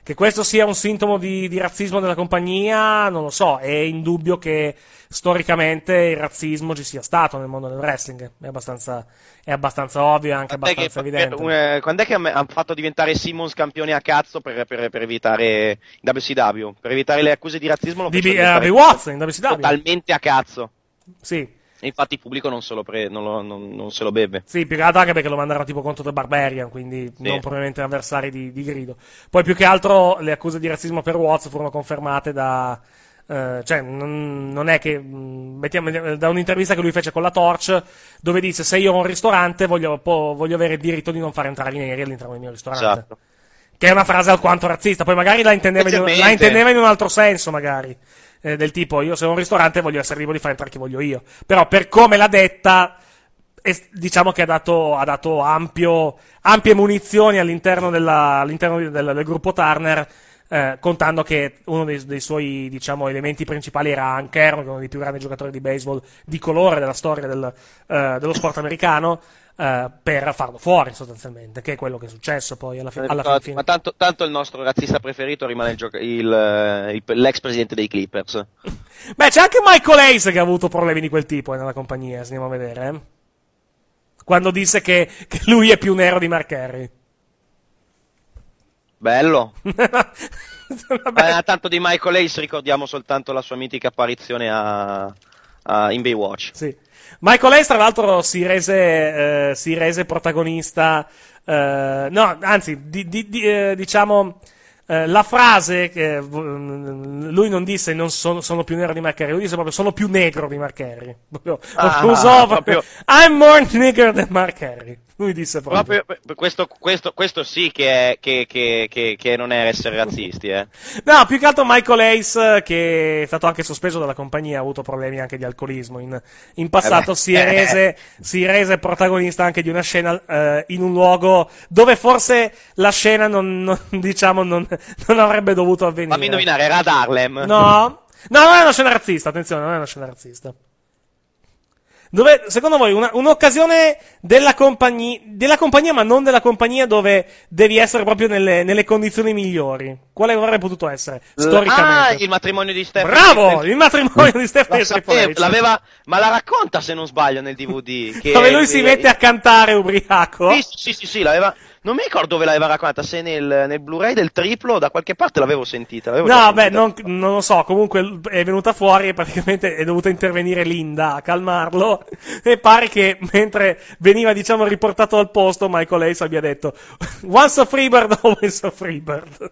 Che questo sia un sintomo di razzismo della compagnia, non lo so, è indubbio che storicamente il razzismo ci sia stato nel mondo del wrestling, è abbastanza ovvio e anche abbastanza evidente. Quando è che hanno fatto diventare Simmons campione a cazzo per evitare WCW? Per evitare le accuse di razzismo di Watson in WCW. Totalmente a cazzo. Sì. E infatti il pubblico non se lo beve. Sì, più che altro anche perché lo mandarono tipo contro The Barbarian, quindi non probabilmente avversari di grido. Poi più che altro le accuse di razzismo per Watts furono confermate da... cioè non è che da un'intervista che lui fece con la Torch, dove disse: se io ho un ristorante voglio avere il diritto di non far entrare i neri all'interno del mio ristorante. Esatto. Che è una frase alquanto razzista. Poi magari la intendeva in un altro senso, magari. Del tipo, io se ho un ristorante voglio essere libero di far entrare chi voglio io. Però per come l'ha detta, diciamo che ha dato ampie munizioni all'interno del gruppo Turner, contando che uno dei suoi, diciamo, elementi principali era Hank Aaron, uno dei più grandi giocatori di baseball di colore della storia dello sport americano, per farlo fuori sostanzialmente, che è quello che è successo poi alla fine. Ma tanto il nostro razzista preferito rimane l'ex presidente dei Clippers. Beh, c'è anche Michael Hayes che ha avuto problemi di quel tipo nella compagnia, se andiamo a vedere, quando disse che lui è più nero di Mark Henry. Bello. Tanto di Michael Hayes ricordiamo soltanto la sua mitica apparizione in Baywatch. Sì. Michael Hayes, tra l'altro, si rese protagonista, diciamo, la frase che lui non disse non sono più nero di Mark Henry, lui disse proprio sono più negro di Mark Henry. Usò proprio I'm more nigger than Mark Henry. Lui disse proprio. Questo sì che non è essere razzisti, No, più che altro Michael Hayes, che è stato anche sospeso dalla compagnia, ha avuto problemi anche di alcolismo in passato, si rese protagonista anche di una scena in un luogo dove forse la scena non avrebbe dovuto avvenire. Fammi indovinare, era ad Harlem. No, non è una scena razzista, attenzione, non è una scena razzista. Dove, secondo voi, un'occasione della compagnia, ma non della compagnia, dove devi essere proprio nelle condizioni migliori? Quale avrebbe potuto essere, storicamente? Il matrimonio di Stephanie. Bravo! Il matrimonio di Stephanie Triple H. Ma la racconta, se non sbaglio, nel DVD. Dove lui si mette a cantare ubriaco? Sì, l'aveva... Non mi ricordo dove l'aveva raccontata, se nel Blu-ray del triplo, da qualche parte l'avevo sentita. Non lo so, comunque è venuta fuori e praticamente è dovuta intervenire Linda a calmarlo, e pare che mentre veniva, diciamo, riportato al posto, Michael Hayes abbia detto once a Freebird, always a Freebird.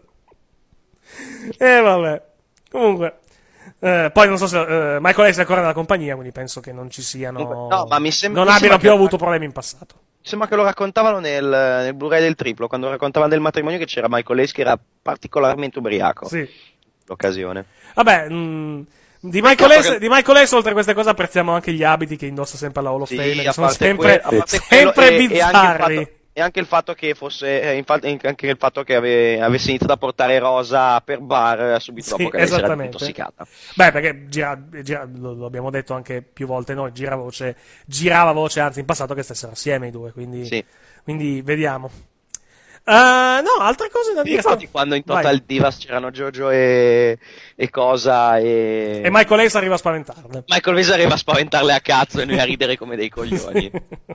E vabbè, comunque... poi non so se Michael Hayes è ancora nella compagnia, quindi penso che non ci siano... No, ma non abbiano più avuto problemi in passato. Sembra che lo raccontavano nel Blu-ray del triplo, quando raccontavano del matrimonio, che c'era Michael Hayes che era particolarmente ubriaco. Sì. L'occasione. Vabbè, di Michael Hayes, oltre a queste cose, apprezziamo anche gli abiti che indossa sempre alla Hall of Fame, che sono sempre bizzarri. E anche il fatto che anche il fatto che avesse iniziato a portare rosa per bar subito dopo che avesse era intossicata. Beh, perché lo abbiamo detto anche più volte noi, girava voce anzi in passato che stessero assieme i due, quindi vediamo. No, altre cose da dire. Mi ricordi quando in Total Divas c'erano Jojo e Cosa e Michael Hayes arriva a spaventarle. Michael Hayes arriva a spaventarle a cazzo e noi a ridere come dei coglioni.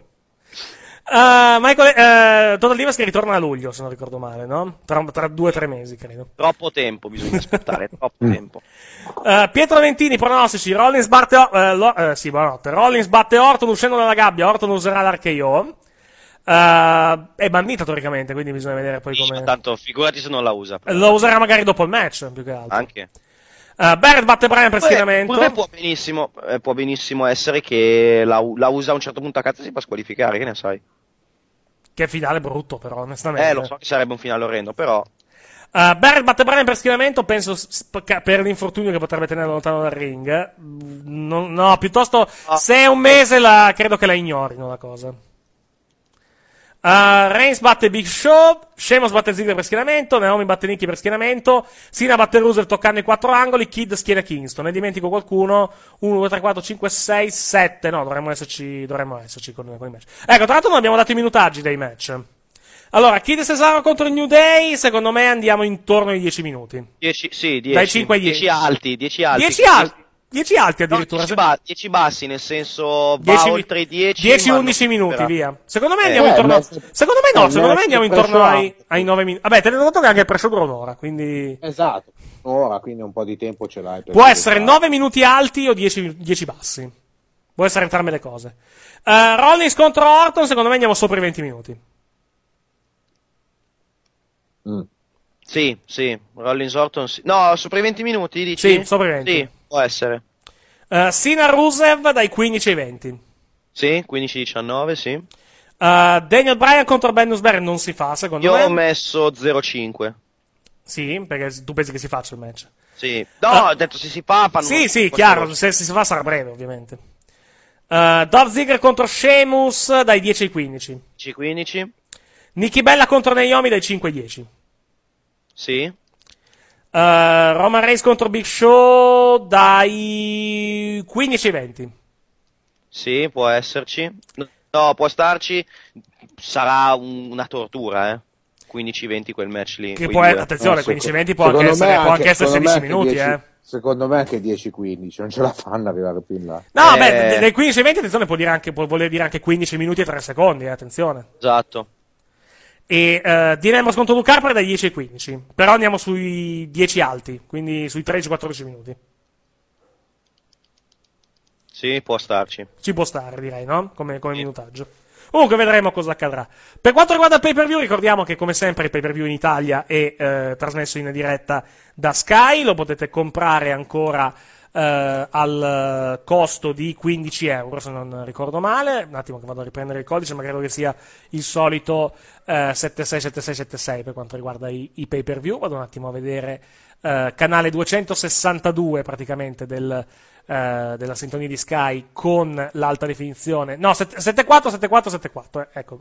Total Divas che ritorna a luglio, se non ricordo male, no? Tra 2 o 3 mesi, credo. Troppo tempo, bisogna aspettare, troppo tempo. Pietro Ventini, pronostici: Rollins batte Orton uscendo dalla gabbia, Orton userà l'RKO. È bandita teoricamente, quindi bisogna vedere poi come... Tanto figurati se non la usa. Lo userà magari dopo il match, più che altro. Anche. Barrett batte Bryan per schienamento. Può benissimo essere che la usa a un certo punto a cazzo e si fa squalificare, che ne sai? Che finale brutto, però, onestamente. Lo so che sarebbe un finale orrendo, però... Barrett batte Bryan per schienamento, penso per l'infortunio che potrebbe tenerlo lontano dal ring. No, piuttosto, se è un mese, credo che la ignorino la cosa. Reigns batte Big Show, Sheamus batte Ziggler per schienamento, Naomi batte Nikki per schienamento, Cena batte Rusev toccando i 4 angoli, Kid schiena Kingston. Ne dimentico qualcuno? 1, 2, 3, 4, 5, 6, 7. No, dovremmo esserci con i match. Ecco, tra l'altro non abbiamo dato i minutaggi dei match. Allora, Kid Cesaro contro il New Day, secondo me andiamo intorno ai 10 minuti. 10. Dai 5 ai 10. 10 alti. 10 alti addirittura. No, 10 bassi, nel senso va oltre i 10. 10-11 minuti, via. Secondo me andiamo intorno. Secondo me andiamo intorno ai 9 minuti. Vabbè, tenete conto che anche il pre-show dura un'ora, quindi. Esatto, un'ora, quindi un po' di tempo ce l'hai. Può essere 9 minuti alti o 10 bassi. Può essere entrambe le cose. Rollins contro Orton, secondo me andiamo sopra i 20 minuti. Sì. Rollins Orton, sì. No, sopra i 20 minuti, dici? Sì, sopra i 20. Sì, può essere. Cena Rusev dai 15 ai 20. Sì, 15-19, sì. Daniel Bryan contro Ben Nussbaum non si fa, secondo me. Io ho messo 0-5. Sì, perché tu pensi che si faccia il match? Sì. No, ho detto se si fa... Sì, chiaro, se si fa sarà breve, ovviamente. Dolph Ziggler contro Sheamus dai 10 ai 15. 15. Nikki Bella contro Naomi dai 5 ai 10. Sì. Roman Reigns contro Big Show dai 15 ai 20. Sì, può esserci. No, può starci. Sarà una tortura, 15-20 quel match lì. Che attenzione, 15-20 può anche essere 16 minuti, 10, Secondo me anche 10-15, non ce la fanno arrivare più in là. No, beh, nel 15-20 attenzione può voler dire anche 15 minuti e 3 secondi, attenzione. Esatto. E Dean Ambrose contro Luke Harper dai 10 ai 15. Però andiamo sui 10 alti, quindi sui 13-14 minuti. Sì, può starci. Ci può stare, direi, no? Come minutaggio. Comunque vedremo cosa accadrà. Per quanto riguarda il pay-per-view, ricordiamo che come sempre il pay-per-view in Italia è trasmesso in diretta da Sky, lo potete comprare ancora al costo di 15 euro, se non ricordo male. Un attimo che vado a riprendere il codice, ma credo che sia il solito 767676 per quanto riguarda i pay-per-view. Vado un attimo a vedere canale 262 praticamente della sintonia di Sky con l'alta definizione. No, 747474, ecco.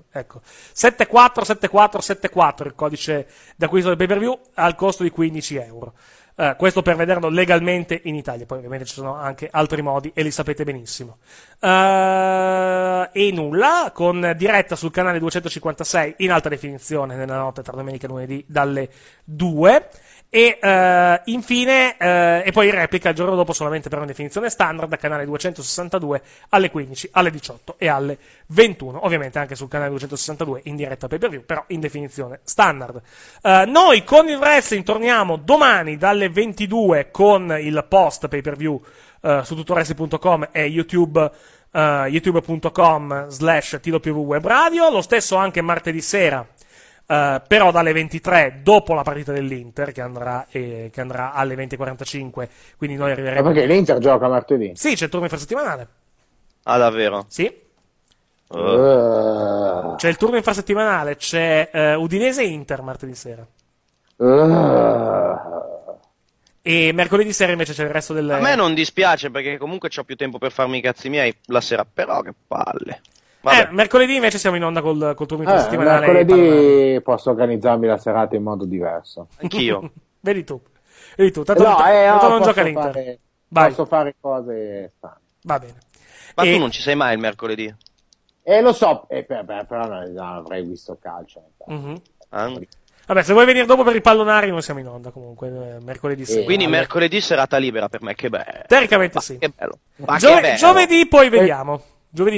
747474 il codice d'acquisto del pay-per-view al costo di 15 euro. Questo per vederlo legalmente in Italia, poi ovviamente ci sono anche altri modi e li sapete benissimo. E nulla, con diretta sul canale 256 in alta definizione nella notte tra domenica e lunedì dalle 2. E infine, e poi replica il giorno dopo solamente per una definizione standard, canale 262 alle 15, alle 18 e alle 21. Ovviamente anche sul canale 262 in diretta pay per view, però in definizione standard. Noi con il wrestling torniamo domani dalle 22 con il post pay per view su tuttoWrestling.com e YouTube. youtube.com/TWW Web Radio. Lo stesso anche martedì sera. Però dalle 23 dopo la partita dell'Inter che andrà alle 20:45, quindi noi arriveremo. Ma perché l'Inter gioca martedì? Sì, c'è il turno infrasettimanale. Ah, davvero? Sì. C'è il turno infrasettimanale, c'è Udinese e Inter martedì sera. E mercoledì sera invece c'è il resto del. A me non dispiace perché comunque c'ho più tempo per farmi i cazzi miei la sera, però che palle. Mercoledì invece siamo in onda col turno infrasettimanale. Mercoledì posso organizzarmi la serata in modo diverso. Anch'io. Vedi tu. Tanto non gioca l'Inter. Posso fare cose strane. Va bene. Ma tu non ci sei mai il mercoledì? Lo so, però non avrei visto calcio. Vabbè, se vuoi venire dopo per i pallonari noi siamo in onda comunque mercoledì sera. Quindi mercoledì serata libera per me, che bello. Teoricamente sì. Che bello. Giovedì poi vediamo. Giovedì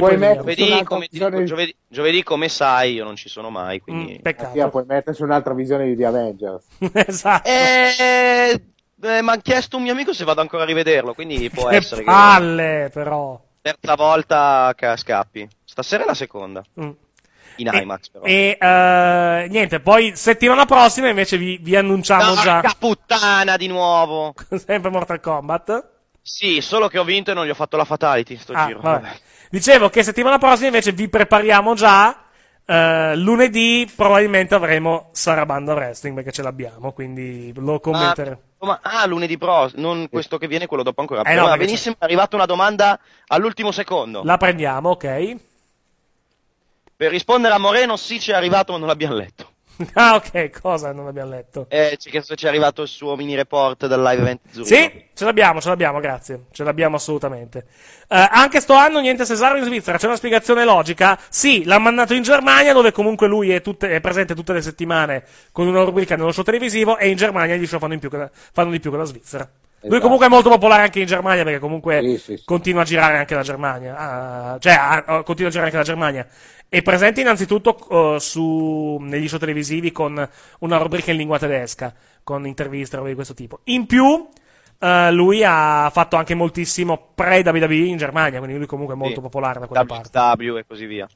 come sai io non ci sono mai, quindi peccato. Puoi mettersi un'altra visione di The Avengers. Esatto. Mi ha chiesto un mio amico se vado ancora a rivederlo, quindi può essere che palle però. Terza volta che scappi. Stasera è la seconda. In IMAX però. E niente, poi settimana prossima invece vi annunciamo già. Porca puttana di nuovo. Sempre Mortal Kombat. Sì, solo che ho vinto e non gli ho fatto la fatality sto giro. Vabbè. Dicevo che settimana prossima invece vi prepariamo già. Lunedì probabilmente avremo Sarabanda Wrestling perché ce l'abbiamo, quindi lo commenteremo. Lunedì non questo che viene, quello dopo ancora. No, benissimo, è arrivata una domanda all'ultimo secondo. La prendiamo, ok. Per rispondere a Moreno, sì, ci è arrivato, ma non l'abbiamo letto. Ah, ok, cosa non abbiamo letto? C'è arrivato il suo mini report dal live event Zurigo. Sì, ce l'abbiamo, grazie. Ce l'abbiamo assolutamente. Anche sto anno niente Cesaro in Svizzera, c'è una spiegazione logica? Sì, l'ha mandato in Germania, dove comunque lui è presente tutte le settimane con una rubrica nello show televisivo, e in Germania gli show fanno di più che la Svizzera. Esatto. Lui comunque è molto popolare anche in Germania, perché comunque sì. Continua a girare anche la Germania. Continua a girare anche la Germania. È presente innanzitutto negli show televisivi con una rubrica in lingua tedesca, con interviste, robe di questo tipo. In più, lui ha fatto anche moltissimo pre-WWE in Germania, quindi lui comunque è molto popolare da quella parte. WW e così via.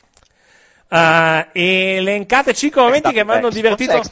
Elencate 5 momenti che mi hanno divertito.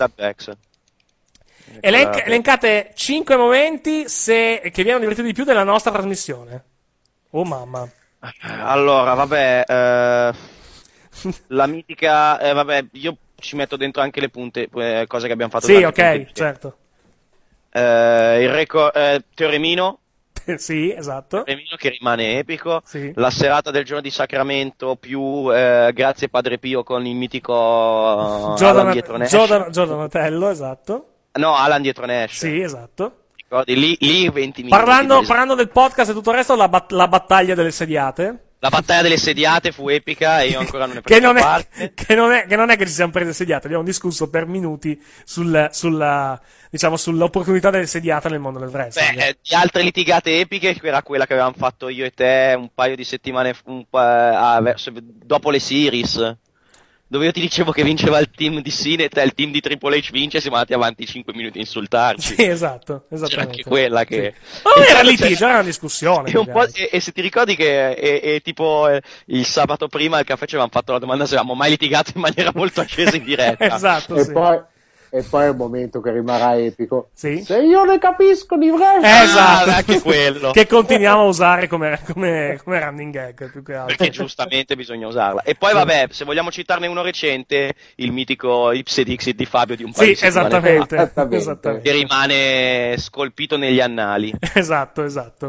Elencate 5 momenti che vi hanno divertito di più della nostra trasmissione. Oh mamma. Allora, vabbè, la mitica, vabbè, io ci metto dentro anche le punte, cose che abbiamo fatto. Sì, ok, certo. Il record, Teoremino. Sì, esatto. Teoremino che rimane epico. Sì. La serata del giorno di Sacramento più grazie Padre Pio con il mitico Alan dietro Nash. Donatello, esatto. No, Alan dietro Nash. Sì, esatto. Ricordi, lì 20 minuti. Parlando del podcast e tutto il resto, la battaglia delle sediate. La battaglia delle sediate fu epica e io ancora non ne prendo parte. Che non è che ci siamo presi sediate, abbiamo discusso per minuti sull'opportunità delle sediate nel mondo del wrestling. Di altre litigate epiche era quella che avevamo fatto io e te un paio di settimane dopo le series, dove io ti dicevo che vinceva il team di Cena e te il team di Triple H vince, siamo andati avanti 5 minuti a insultarci. Sì, esatto, esattamente. C'era anche quella che... Sì. Non era litigio, era una discussione. E se ti ricordi che tipo il sabato prima al caffè ci avevamo fatto la domanda se avevamo mai litigato in maniera molto accesa in diretta. Esatto, e sì. E poi il momento che rimarrà epico. Sì? Se io ne capisco di wrestling. Esatto, anche quello. Che continuiamo a usare come running gag, più che altro. Perché giustamente bisogna usarla. E poi vabbè, se vogliamo citarne uno recente, il mitico Ipse Dixit di Fabio di un paio di settimane fa, esattamente. che rimane scolpito negli annali. Esatto.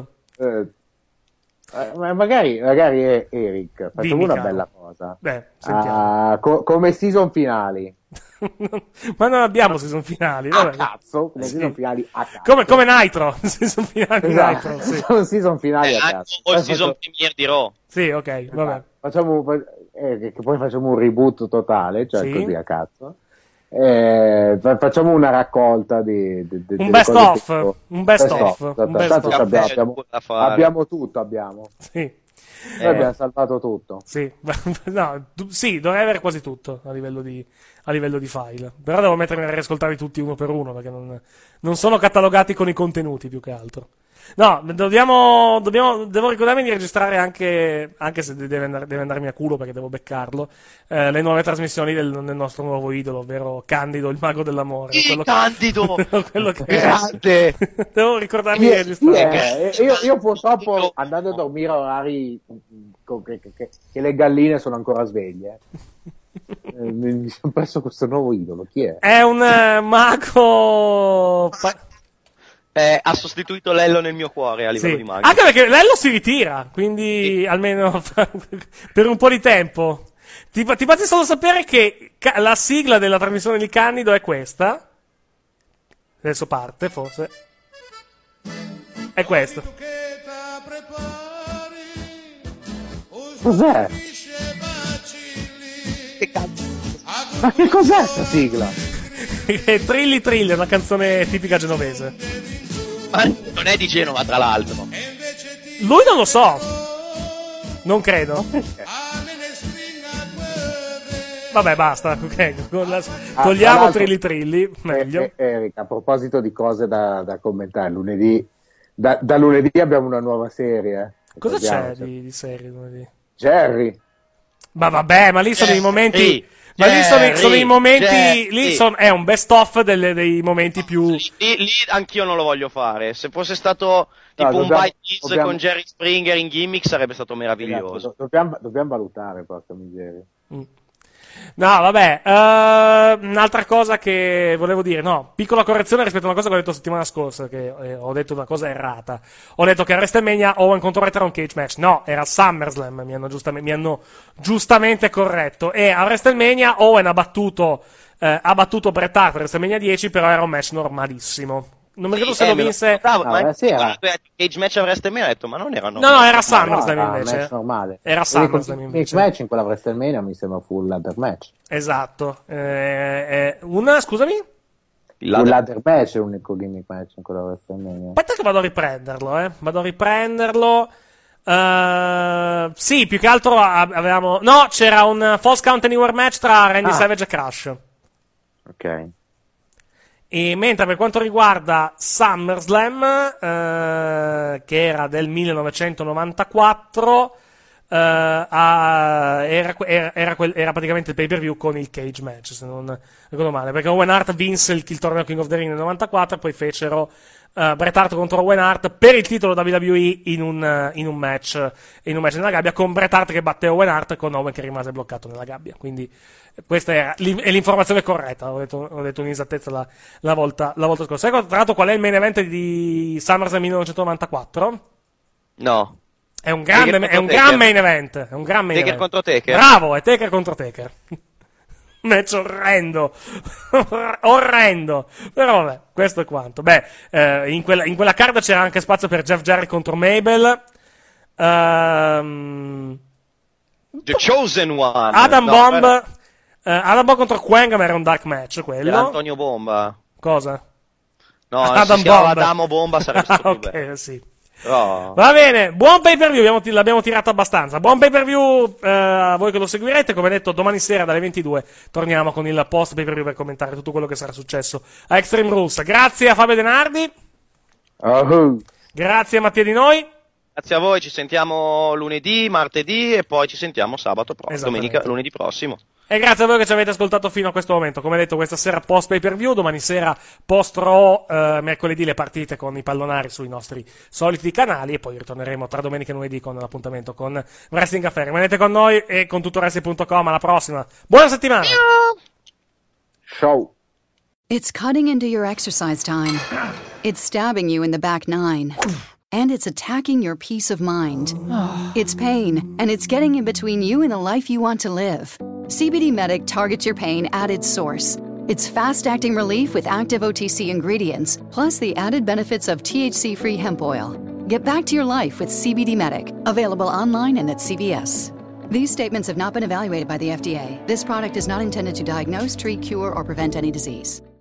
Magari Eric, facciamo una bella cosa. Sentiamo. Come season finali. Ma non abbiamo season finali. A cazzo, come season finali a cazzo. Come Nitro, season finali esatto. Nitro, sì. Sono season finali a cazzo. O il season premiere di Raw. Sì, ok, vabbè. Che poi facciamo un reboot totale, cioè sì. Così a cazzo. Facciamo una raccolta di un best of. Un best of. Abbiamo tutto. Sì. Noi abbiamo salvato tutto. Sì, sì, dovrei avere quasi tutto a livello di file. Però devo mettermi a riascoltarli tutti uno per uno, perché non sono catalogati con i contenuti più che altro. No, devo ricordarmi di registrare anche se deve andarmi a culo perché devo beccarlo, le nuove trasmissioni del nostro nuovo idolo, ovvero Candido, il mago dell'amore. Candido! Quello che grande! Devo ricordarmi di registrare. Io purtroppo andando a dormire a orari che le galline sono ancora sveglie. Mi sono perso questo nuovo idolo. Chi è? È un mago... ha sostituito Lello nel mio cuore a livello di mago. Anche perché Lello si ritira, quindi almeno per un po' di tempo. Ti basti solo sapere che la sigla della trasmissione di Candido è questa. Adesso parte, forse. È questo. Cos'è? Che cazzo? Ma che cos'è sta sigla? Trilli Trilli, una canzone tipica genovese. Ma non è di Genova, tra l'altro. Lui non lo so. Non credo. Vabbè, basta. Okay. Togliamo Trilli Trilli. Meglio. Eric, a proposito di cose da commentare, lunedì. Da lunedì abbiamo una nuova serie. Cosa c'è di serie lunedì? Jerry. Ma vabbè, ma lì sono i momenti. Ma lì sono i momenti. Lì è un best of dei momenti più. Lì anch'io non lo voglio fare. Se fosse stato tipo un Bite Kids con Jerry Springer in gimmick sarebbe stato meraviglioso. Dobbiamo valutare, porca miseria. No, vabbè, un'altra cosa che volevo dire, no, piccola correzione rispetto a una cosa che ho detto settimana scorsa, che ho detto una cosa errata. Ho detto che a WrestleMania Owen contro Bret era un cage match. No, era SummerSlam, mi hanno giustamente corretto. E a WrestleMania Owen ha battuto Bret Hart a WrestleMania 10, però era un match normalissimo. Non mi ricordo se lo vinse. Cage match a WrestleMania, ho detto, ma non erano. No, era SummerSlam invece. Match normale. Era SummerSlam invece. Cage match in quella WrestleMania mi sembra full ladder match. Esatto. Scusami? Il ladder match è l'unico gimmick match in quella WrestleMania. Aspetta che vado a riprenderlo. Sì, più che altro avevamo. No, c'era un False Count Anywhere match tra Randy Savage e Crush. Ok. E mentre per quanto riguarda SummerSlam, che era del 1994, era praticamente il pay-per-view con il cage match, se non ricordo male, perché Owen Hart vinse il torneo King of the Ring nel 94 e poi fecero Bret Hart contro Owen Hart per il titolo WWE in un match nella gabbia, con Bret Hart che batte Owen Hart, con Owen che rimase bloccato nella gabbia. Quindi questa è l'informazione corretta. Ho detto un'inesattezza la volta scorsa. Sai tra l'altro qual è il main event di SummerSlam 1994? No. È un gran main event. È un gran main Taker event. contro Taker. Bravo, è Taker contro Taker. Match orrendo. Però vabbè, questo è quanto. Beh, in quella card c'era anche spazio per Jeff Jarrett contro Mabel. The Chosen One. Adam Bomb contro Quang, ma era un dark match quello. Era Antonio Bomba. Cosa? No, Adam se si chiamava Bomb. Adamo Bomba sarebbe stato più bello. Ok, sì. Oh. Va bene, buon pay per view, l'abbiamo tirato abbastanza. Buon pay per view a voi che lo seguirete. Come detto, domani sera dalle 22 torniamo con il post pay per view per commentare tutto quello che sarà successo a Extreme Rules. Grazie a Fabio Denardi. Grazie a Mattia Di Noi. Grazie a voi, ci sentiamo lunedì, martedì e poi ci sentiamo sabato lunedì prossimo. E grazie a voi che ci avete ascoltato fino a questo momento. Come detto, questa sera post pay per view, domani sera post Raw, mercoledì le partite con i pallonari sui nostri soliti canali e poi ritorneremo tra domenica e lunedì con l'appuntamento con Wrestling Café. Rimanete con noi e con tuttoWrestling.com. Alla prossima. Buona settimana. Ciao. It's cutting into your exercise time. It's stabbing you in the back nine. And it's attacking your peace of mind. It's pain, and it's getting in between you and the life you want to live. CBD Medic targets your pain at its source. It's fast-acting relief with active OTC ingredients, plus the added benefits of THC-free hemp oil. Get back to your life with CBD Medic, available online and at CVS. These statements have not been evaluated by the FDA. This product is not intended to diagnose, treat, cure, or prevent any disease.